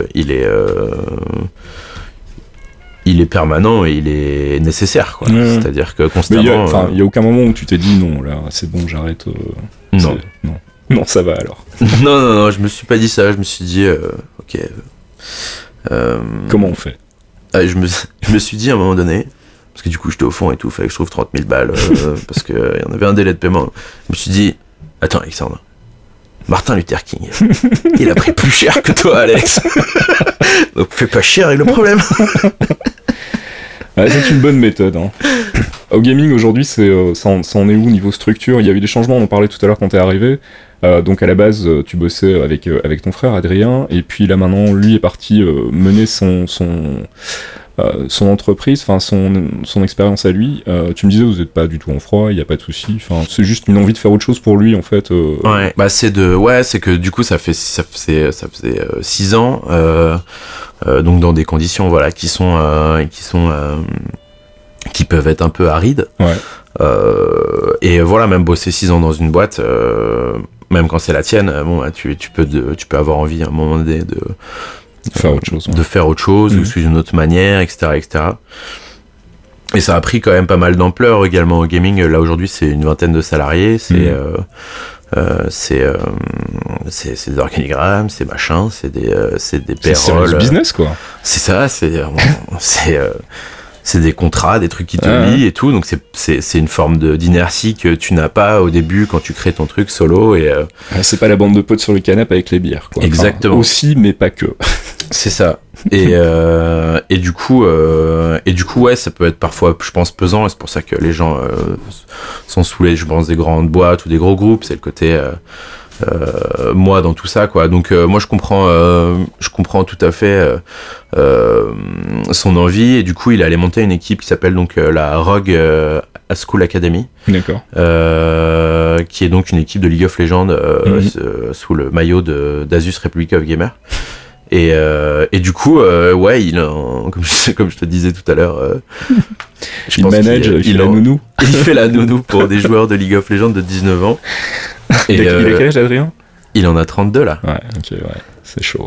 est permanent et il est nécessaire, quoi. C'est-à-dire que constamment il y a aucun moment où tu t'es dit non, là c'est bon, j'arrête. Non, ça va alors. non, je me suis pas dit ça, je me suis dit ok, comment on fait? Je me suis dit à un moment donné, parce que du coup j'étais au fond et tout, fallait que je trouve 30 000 balles parce qu'il y en avait un délai de paiement. Je me suis dit, attends Alexandre, Martin Luther King, il a pris plus cher que toi, Alex. Donc fais pas chier avec le problème. C'est une bonne méthode. Au gaming aujourd'hui, ça en est où niveau structure? Il y a eu des changements, on en parlait tout à l'heure quand t'es arrivé. Donc à la base, tu bossais avec ton frère Adrien, et puis là maintenant, lui est parti mener son entreprise, enfin son expérience à lui. Tu me disais, vous n'êtes pas du tout en froid, il n'y a pas de souci. Enfin, c'est juste une envie de faire autre chose pour lui, en fait. C'est que du coup ça faisait 6 ans, donc dans des conditions qui peuvent être un peu arides. Et voilà, même bosser 6 ans dans une boîte, même quand c'est la tienne, tu peux avoir envie à un moment donné de faire autre chose, de faire autre chose, ou sous une autre manière, etc. Et ça a pris quand même pas mal d'ampleur également au gaming. Là aujourd'hui, c'est une vingtaine de salariés, c'est des organigrammes, c'est machin, c'est des payrolls. C'est business, quoi. C'est ça, c'est des contrats, des trucs qui te lient et tout, donc c'est une forme d'inertie que tu n'as pas au début quand tu crées ton truc solo. Et c'est pas la bande de potes sur le canapé avec les bières, quoi. Exactement. Enfin, aussi, mais pas que. C'est ça. Et du coup ça peut être parfois, je pense, pesant, et c'est pour ça que les gens sont saoulés, je pense, des grandes boîtes ou des gros groupes. C'est le côté moi dans tout ça, quoi. Donc moi je comprends tout à fait son envie, et du coup il est allé monter une équipe qui s'appelle donc la Rogue School Academy. D'accord. Qui est donc une équipe de League of Legends sous le maillot d'Asus Republic of Gamers. Et du coup, comme je te disais tout à l'heure, il manage, il fait la nounou. Il fait la nounou pour des joueurs de League of Legends de 19 ans. Et il a quel âge, Adrien? Il en a 32 là. Ouais, ok, c'est chaud.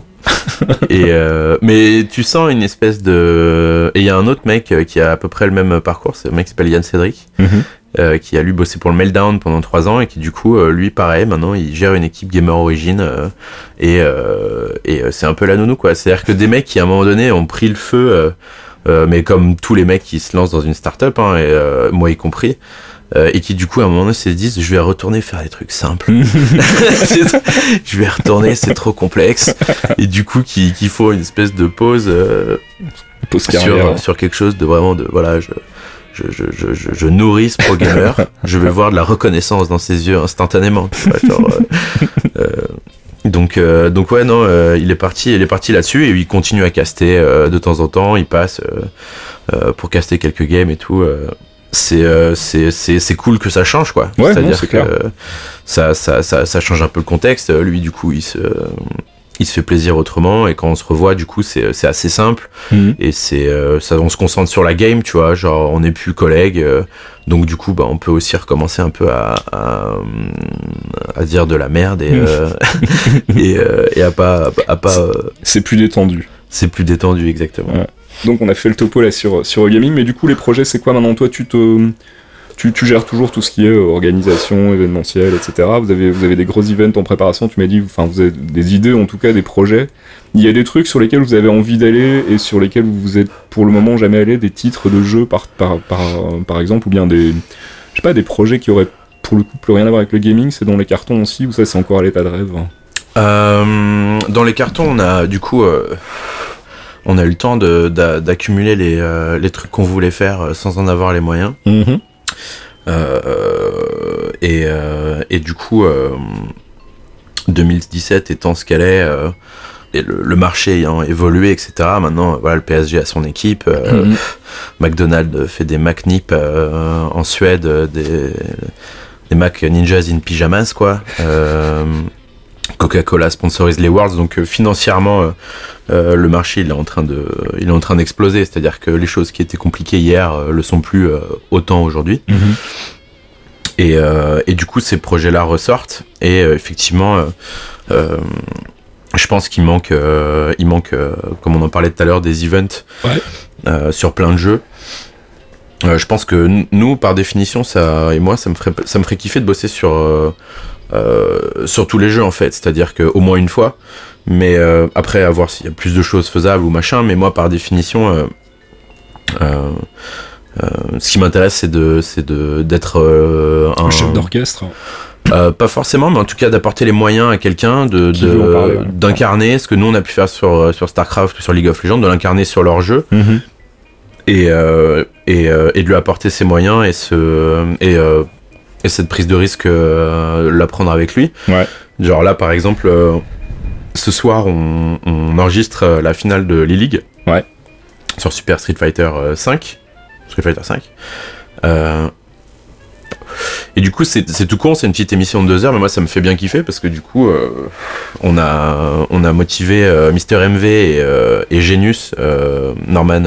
Mais tu sens une espèce de... Et il y a un autre mec qui a à peu près le même parcours, c'est un mec qui s'appelle Yann Cédric, qui a lui bossé pour le Meltdown pendant 3 ans, et qui du coup, lui pareil, maintenant il gère une équipe Gamer Origin, et c'est un peu la nounou, quoi. C'est-à-dire que des mecs qui à un moment donné ont pris le feu, mais comme tous les mecs qui se lancent dans une start-up, moi y compris, et qui du coup à un moment donné se disent, je vais retourner faire des trucs simples. Je vais retourner, c'est trop complexe, et du coup qui font une espèce de pause sur quelque chose de vraiment de voilà, je nourris ce pro gamer, je vais voir de la reconnaissance dans ses yeux instantanément, tu vois, genre, donc ouais, non, il est parti là-dessus, et il continue à caster de temps en temps, il passe pour caster quelques games et tout. C'est cool que ça change, quoi. Ouais, c'est-à-dire c'est que clair. ça change un peu le contexte. Lui, du coup, il se fait plaisir autrement, et quand on se revoit, du coup, c'est assez simple, et on se concentre sur la game, tu vois, genre on n'est plus collègues, donc du coup, on peut aussi recommencer un peu à dire de la merde, et à pas c'est plus détendu. C'est plus détendu, exactement. Ouais. Donc on a fait le topo là sur le gaming, mais du coup les projets c'est quoi maintenant? Toi tu tu gères toujours tout ce qui est organisation, événementiel, etc. Vous avez des gros events en préparation, tu m'as dit, enfin vous avez des idées, en tout cas des projets. Il y a des trucs sur lesquels vous avez envie d'aller et sur lesquels vous êtes pour le moment jamais allé, des titres de jeux par exemple, ou bien des projets qui auraient pour le coup plus rien à voir avec le gaming, c'est dans les cartons aussi, ou ça c'est encore à l'état de rêve? Dans les cartons, on a du coup... on a eu le temps d'accumuler les trucs qu'on voulait faire sans en avoir les moyens. Mm-hmm. Et du coup, 2017 étant ce qu'elle est, et le marché ayant évolué, etc. Maintenant, voilà, le PSG a son équipe. McDonald's fait des McNip en Suède, des Mac Ninjas in Pyjamas, quoi. Coca-Cola sponsorise les Worlds, donc financièrement le marché il est en train d'exploser, c'est-à-dire que les choses qui étaient compliquées hier le sont plus autant aujourd'hui. Et du coup ces projets-là ressortent et effectivement je pense qu'il manque comme on en parlait tout à l'heure des events sur plein de jeux. Je pense que nous par définition ça et moi ça me ferait kiffer de bosser sur tous les jeux en fait, c'est-à-dire qu'au moins une fois, mais après à voir s'il y a plus de choses faisables ou machin, mais moi par définition ce qui m'intéresse c'est d'être un chef d'orchestre. Pas forcément, mais en tout cas d'apporter les moyens à quelqu'un d'incarner ce que nous on a pu faire sur Starcraft ou sur League of Legends, de l'incarner sur leur jeu. Et de lui apporter ses moyens et cette prise de risque, la prendre avec lui. Genre là par exemple ce soir on enregistre la finale de l'E-League sur Super Street Fighter 5. Et du coup c'est tout con, c'est une petite émission de 2 heures, mais moi ça me fait bien kiffer parce que du coup on a motivé Mr MV et Genius, Norman,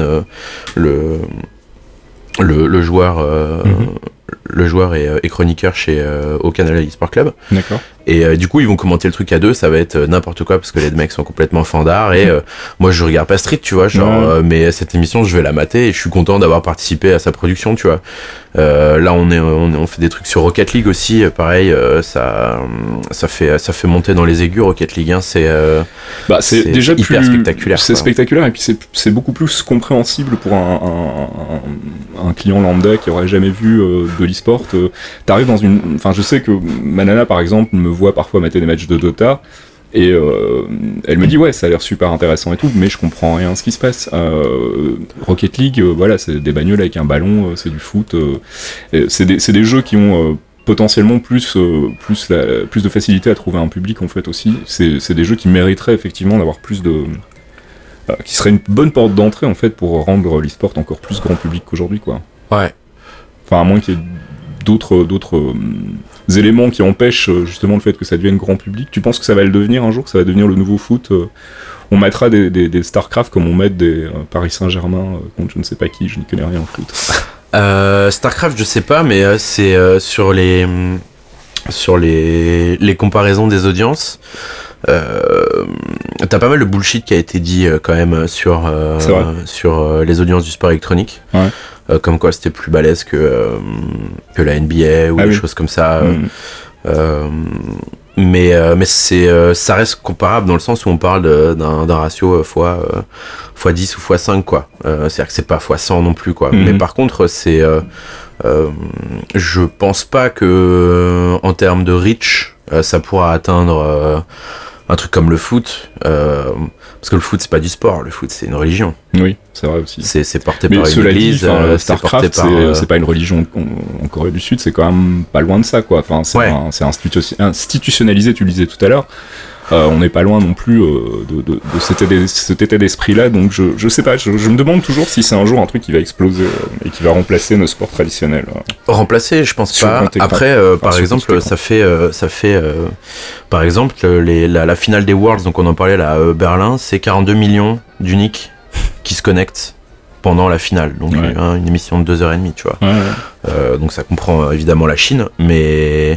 le joueur le joueur et chroniqueur au Canal eSport Club. D'accord. Et du coup, ils vont commenter le truc à deux, ça va être n'importe quoi parce que les deux mecs sont complètement fandards et moi je regarde pas Street, tu vois, genre mais cette émission, je vais la mater et je suis content d'avoir participé à sa production, tu vois. Là on fait des trucs sur Rocket League aussi, pareil, ça fait monter dans les aigus Rocket League, hein, c'est déjà hyper spectaculaire. C'est spectaculaire et puis c'est beaucoup plus compréhensible pour un client lambda qui aurait jamais vu de l'e-sport. T'arrives dans enfin je sais que Manana par exemple me voit parfois mater des matchs de Dota et elle me dit ouais ça a l'air super intéressant et tout, mais je comprends rien à ce qui se passe. Rocket League, voilà, c'est des bagnoles avec un ballon, c'est du foot, c'est des jeux qui ont potentiellement plus de facilité à trouver un public en fait aussi. C'est des jeux qui mériteraient effectivement d'avoir plus de qui serait une bonne porte d'entrée en fait pour rendre l'e-sport encore plus grand public qu'aujourd'hui, quoi. Ouais. Enfin à moins qu'il y ait d'autres éléments qui empêchent justement le fait que ça devienne grand public. Tu penses que ça va le devenir un jour, que ça va devenir le nouveau foot? On mettra des Starcraft comme on met des Paris Saint-Germain contre je ne sais pas qui, je n'y connais rien en foot. Starcraft je sais pas, mais c'est sur les comparaisons des audiences. T'as pas mal de bullshit qui a été dit quand même sur les audiences du sport électronique. Comme quoi c'était plus balèze que la NBA ou des choses comme ça. Mais ça reste comparable dans le sens où on parle d'un ratio fois 10 ou fois 5, quoi. C'est-à-dire que c'est pas fois 100 non plus, quoi. Mais par contre je pense pas que en termes de reach ça pourra atteindre un truc comme le foot, parce que le foot c'est pas du sport, le foot c'est une religion. Oui, c'est vrai aussi. C'est porté par une église. Starcraft, c'est pas une religion en Corée du Sud, c'est quand même pas loin de ça, quoi. Enfin, c'est institutionnalisé, tu le disais tout à l'heure. On n'est pas loin non plus de cet état d'esprit-là, donc je sais pas, je me demande toujours si c'est un jour un truc qui va exploser et qui va remplacer nos sports traditionnels. Remplacer, je pense pas. Après, par exemple, ça fait par exemple, la finale des Worlds, donc on en parlait là, Berlin, c'est 42 millions d'uniques qui se connectent pendant la finale, donc une émission de 2h30, tu vois. Donc ça comprend évidemment la Chine, mais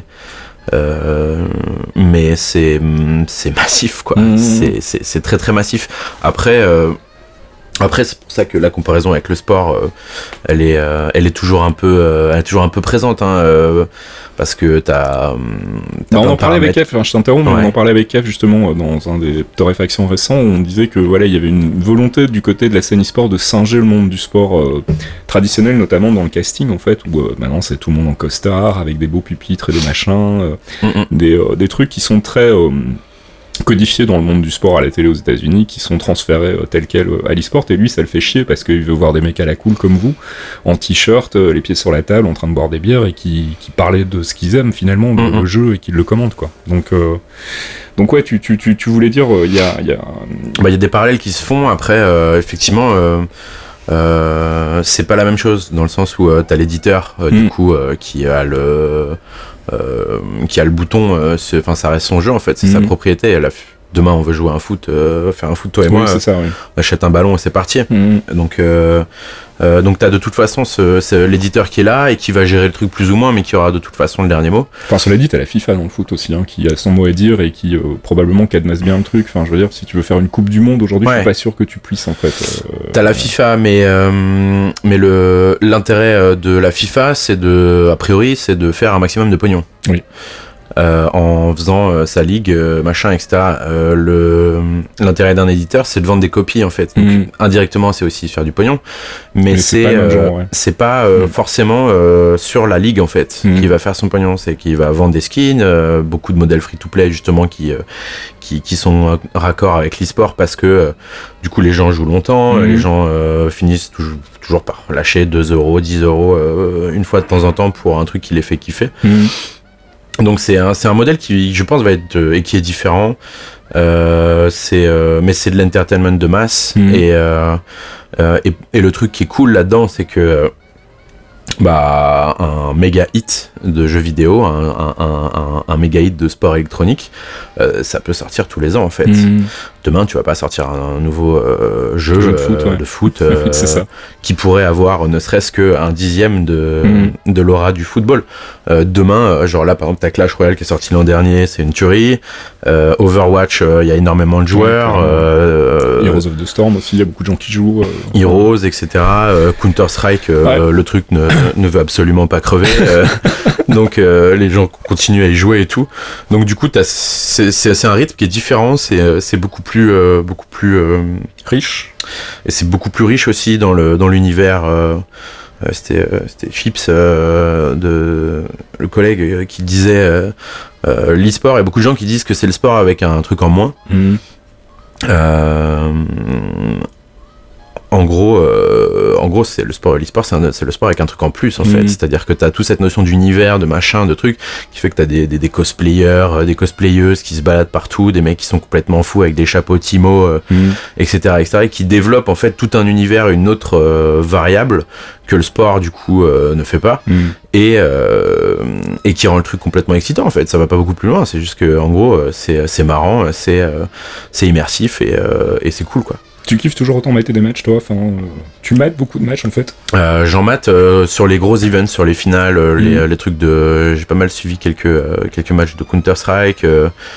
c'est massif, quoi. C'est très très massif. Après Après, c'est pour ça que la comparaison avec le sport, elle est toujours un peu présente, hein, parce que on en parlait avec Kev, je t'interromps, mais on en parlait avec Kev justement dans un des torréfactions récents, où on disait que voilà, il y avait une volonté du côté de la scène e-sport de singer le monde du sport traditionnel, notamment dans le casting en fait, où maintenant c'est tout le monde en costard, avec des beaux pupitres et des machins, des trucs qui sont très codifiés dans le monde du sport à la télé aux États-Unis, qui sont transférés tels quels à l'e-sport, et lui ça le fait chier parce qu'il veut voir des mecs à la cool comme vous, en t-shirt, les pieds sur la table, en train de boire des bières, et qui parlaient de ce qu'ils aiment finalement, le jeu, et qui le commentent quoi. Donc ouais, tu voulais dire, il y a des parallèles qui se font. Après, effectivement, c'est pas la même chose, dans le sens où t'as l'éditeur du coup qui a le bouton, ça reste son jeu en fait, c'est sa propriété. Demain on veut jouer à un foot, faire un foot toi et moi, c'est ça, oui. On achète un ballon et c'est parti. Donc t'as de toute façon c'est l'éditeur qui est là et qui va gérer le truc plus ou moins, mais qui aura de toute façon le dernier mot. Enfin, cela dit, t'as la FIFA dans le foot aussi, hein, qui a son mot à dire et qui probablement cadenasse bien le truc. Enfin, je veux dire, si tu veux faire une Coupe du Monde aujourd'hui, je suis pas sûr que tu puisses en fait. T'as la FIFA, mais l'intérêt de la FIFA, a priori, c'est de faire un maximum de pognon. Oui. En faisant sa ligue, machin, etc. L'intérêt d'un éditeur, c'est de vendre des copies en fait. Donc, indirectement, c'est aussi faire du pognon, mais c'est pas forcément sur la ligue en fait qui va faire son pognon. C'est qu'il va vendre des skins, beaucoup de modèles free-to-play justement qui sont raccord avec l'e-sport, parce que du coup les gens jouent longtemps, les gens finissent toujours par lâcher 2€, 10€ une fois de temps en temps pour un truc qui les fait kiffer. Donc c'est un modèle qui, je pense, va être et qui est différent. Mais c'est de l'entertainment de masse, et le truc qui est cool là-dedans, c'est que un méga hit de jeux vidéo, un méga hit de sport électronique, ça peut sortir tous les ans en fait. Demain tu vas pas sortir un nouveau jeu de foot c'est ça. qui pourrait avoir ne serait-ce qu'un dixième de l'aura du football. Demain, genre là par exemple t'as Clash Royale qui est sorti l'an dernier, c'est une tuerie. Overwatch, il y a énormément de joueurs. Heroes of the Storm aussi, il y a beaucoup de gens qui jouent. Heroes, etc. Counter-Strike, le truc ne veut absolument pas crever. Donc les gens continuent à y jouer et tout. Donc du coup c'est un rythme qui est différent, c'est beaucoup plus riche, et c'est beaucoup plus riche aussi dans l'univers. C'était Chips, le collègue, qui disait l'e-sport, et beaucoup de gens qui disent que c'est le sport avec un truc en moins. En gros, c'est le sport. L'e-sport, c'est le sport avec un truc en plus, en fait. C'est-à-dire que t'as toute cette notion d'univers, de machin, de trucs, qui fait que t'as des cosplayers, des cosplayeuses qui se baladent partout, des mecs qui sont complètement fous avec des chapeaux Timo, etc., et qui développent, en fait, tout un univers, une autre variable que le sport, du coup, ne fait pas, et qui rend le truc complètement excitant, en fait. Ça va pas beaucoup plus loin, c'est juste que, en gros, c'est marrant, c'est immersif, et c'est cool, quoi. Tu kiffes toujours autant mater des matchs, toi? Enfin, tu mates beaucoup de matchs, en fait? J'en mate sur les gros events, sur les finales, les trucs de... J'ai pas mal suivi quelques matchs de Counter-Strike,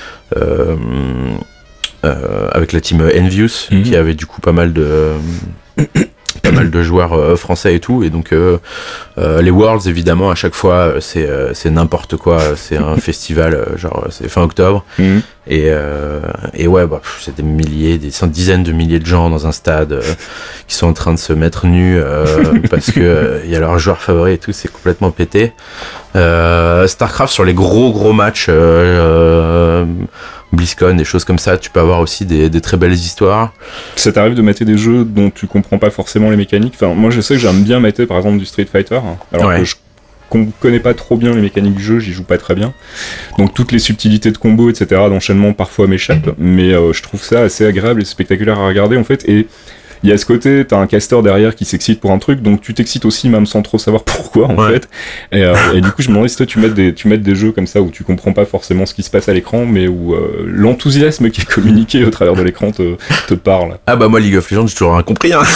avec la team Envious, qui avait du coup pas mal de joueurs français et tout, et donc les Worlds, évidemment, à chaque fois c'est n'importe quoi, c'est un festival, genre c'est fin octobre, et ouais, c'est des dizaines de milliers de gens dans un stade qui sont en train de se mettre nus parce que il y a leur joueur favori et tout, c'est complètement pété. Starcraft, sur les gros matchs, BlizzCon, des choses comme ça, tu peux avoir aussi des très belles histoires. Ça t'arrive de mater des jeux dont tu comprends pas forcément les mécaniques? Enfin, moi je sais que j'aime bien mater par exemple du Street Fighter, alors que je connais pas trop bien les mécaniques du jeu, j'y joue pas très bien. Donc toutes les subtilités de combo, etc., d'enchaînement parfois m'échappent, mais je trouve ça assez agréable et spectaculaire à regarder en fait, et il y a ce côté, t'as un caster derrière qui s'excite pour un truc, donc tu t'excites aussi même sans trop savoir pourquoi en fait. Et du coup je me demandais si toi tu mets des jeux comme ça où tu comprends pas forcément ce qui se passe à l'écran, mais où l'enthousiasme qui est communiqué au travers de l'écran te parle. Ah bah moi League of Legends j'ai toujours rien compris, hein.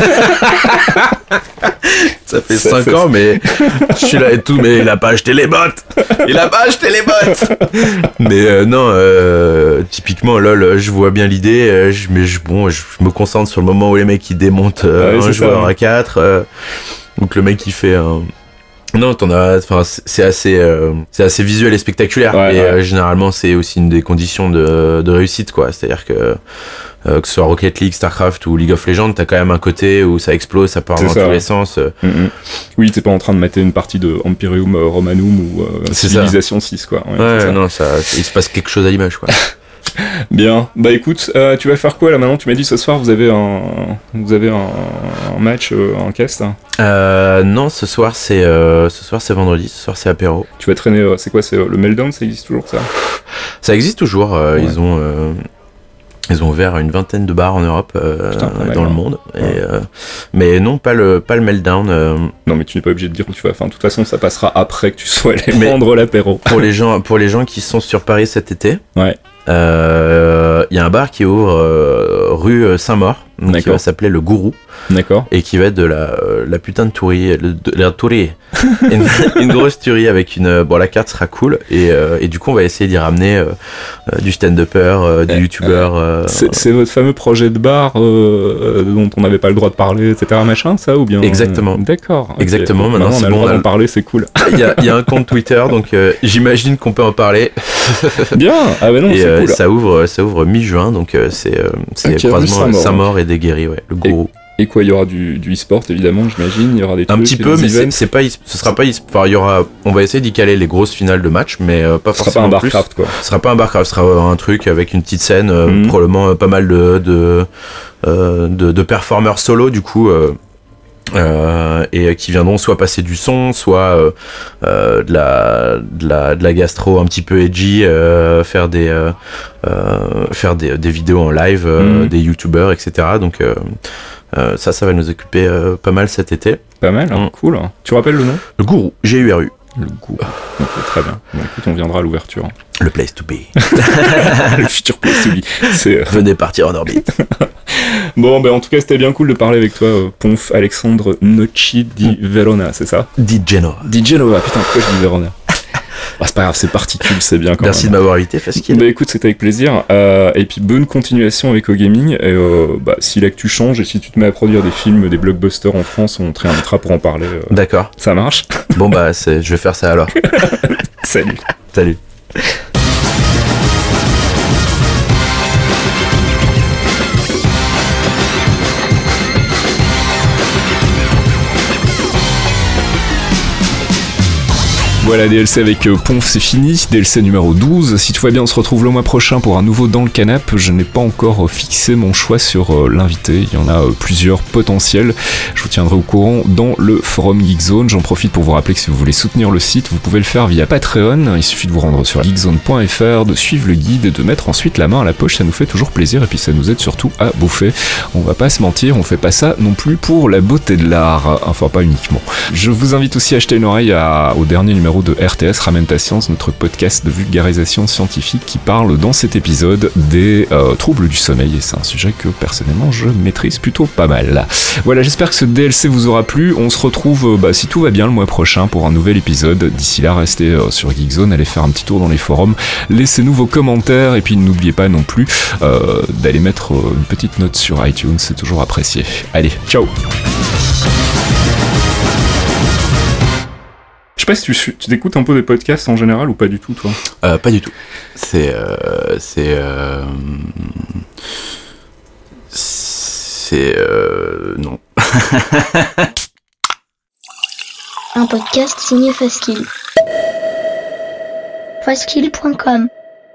Ça fait 5 ans, mais je suis là et tout, mais il a pas acheté les bots. Mais non, typiquement LOL, je vois bien l'idée, mais je me concentre sur le moment moment où les mecs ils démontent un joueur à 4, donc le mec il fait non, c'est assez visuel et spectaculaire. Généralement, c'est aussi une des conditions de réussite, quoi. C'est-à-dire que ce soit Rocket League, Starcraft ou League of Legends, t'as quand même un côté où ça explose, ça part dans tous les sens. Oui, t'es pas en train de mater une partie de Imperium Romanum ou Civilisation 6, quoi. Non, il se passe quelque chose à l'image, quoi. Bien, bah écoute, tu vas faire quoi là maintenant? Tu m'as dit ce soir vous avez un match en cast Non, ce soir c'est vendredi, ce soir c'est apéro. Tu vas traîner, c'est quoi, c'est le Meltdown, ça existe toujours ça? Ça existe toujours, ils ont ouvert une 20aine de bars en Europe, dans le monde. Mais non, pas le Meltdown. Non, mais tu n'es pas obligé de dire où tu vas. Enfin, de toute façon, ça passera après que tu sois allé prendre l'apéro. Pour les gens qui sont sur Paris cet été, y a un bar qui ouvre rue Saint-Maur, donc qui va s'appeler le Gourou. D'accord. Et qui va être de la putain de tourie, la tourie. une grosse tuerie avec la carte sera cool et du coup on va essayer d'y ramener du stand-upper, du youtubeur. C'est votre fameux projet de bar dont on n'avait pas le droit de parler, etc. machin, ça ou bien? Exactement. D'accord. Okay. Exactement. Maintenant on a le droit d'en parler, c'est cool. Il y a un compte Twitter, donc j'imagine qu'on peut en parler. Bien. Ah ben non, c'est cool. Ça ouvre mi-juin, donc c'est croisement Saint-Maur et des Guéris, le Gourou. Et quoi, il y aura du e-sport évidemment, j'imagine, il y aura des trucs, un petit peu, mais ce sera pas il y aura, on va essayer d'y caler les grosses finales de match, mais pas forcément. Ce sera pas un Barcraft, quoi. Ce sera pas un Barcraft, ce sera un truc avec une petite scène, probablement pas mal de performeurs solo du coup. Et qui viendront soit passer du son, soit de la gastro un petit peu edgy, faire des vidéos en live, des youtubeurs, etc. Donc ça va nous occuper pas mal cet été. Pas mal, cool. Tu rappelles le nom? Le Gourou, G-U-R-U. Le Gourou. Ok, très bien. Bon, écoute, on viendra à l'ouverture. Le place to be. Le futur place to be. Venez partir en orbite. Bon, en tout cas, c'était bien cool de parler avec toi, Ponf Alexandre Nocci di Verona, c'est ça? Di Genova. Di Genova, putain, pourquoi je dis Verona? C'est pas grave, c'est particule, c'est bien quand Merci même. De m'avoir invité, Fasquille. Écoute, c'était avec plaisir. Et puis bonne continuation avec OGaming. Et si l'actu change et si tu te mets à produire des films, des blockbusters en France, on te réinvitera pour en parler. D'accord. Ça marche? Bon je vais faire ça alors. Salut. Salut. Voilà, DLC avec Ponf, c'est fini. DLC numéro 12. Si tout va bien, on se retrouve le mois prochain pour un nouveau Dans le Canap. Je n'ai pas encore fixé mon choix sur l'invité. Il y en a plusieurs potentiels. Je vous tiendrai au courant dans le forum Geekzone. J'en profite pour vous rappeler que si vous voulez soutenir le site, vous pouvez le faire via Patreon. Il suffit de vous rendre sur geekzone.fr, de suivre le guide et de mettre ensuite la main à la poche. Ça nous fait toujours plaisir et puis ça nous aide surtout à bouffer. On va pas se mentir, on fait pas ça non plus pour la beauté de l'art. Enfin, pas uniquement. Je vous invite aussi à jeter une oreille au dernier numéro de RTS Ramène ta science, notre podcast de vulgarisation scientifique qui parle dans cet épisode des troubles du sommeil, et c'est un sujet que personnellement je maîtrise plutôt pas mal. Voilà, j'espère que ce DLC vous aura plu. On se retrouve si tout va bien le mois prochain pour un nouvel épisode. D'ici là, restez sur Geekzone, allez faire un petit tour dans les forums, laissez-nous vos commentaires et puis n'oubliez pas non plus d'aller mettre une petite note sur iTunes, c'est toujours apprécié. Allez, ciao. Je sais pas si tu t'écoutes un peu des podcasts en général ou pas du tout, toi? Pas du tout. Non. Un podcast signé Fasquille. Fasquille.com.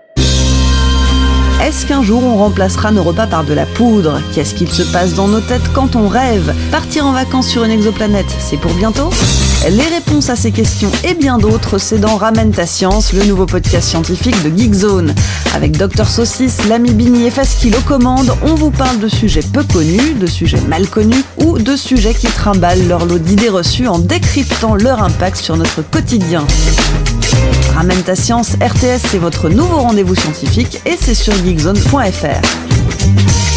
Est-ce qu'un jour on remplacera nos repas par de la poudre? Qu'est-ce qu'il se passe dans nos têtes quand on rêve? Partir en vacances sur une exoplanète, c'est pour bientôt? Les réponses à ces questions et bien d'autres, c'est dans Ramène ta science, le nouveau podcast scientifique de Geekzone. Avec Dr Saucisse, l'ami Bini et Fasquille aux commandes, on vous parle de sujets peu connus, de sujets mal connus ou de sujets qui trimballent leur lot d'idées reçues en décryptant leur impact sur notre quotidien. Ramène ta science, RTS, c'est votre nouveau rendez-vous scientifique et c'est sur geekzone.fr.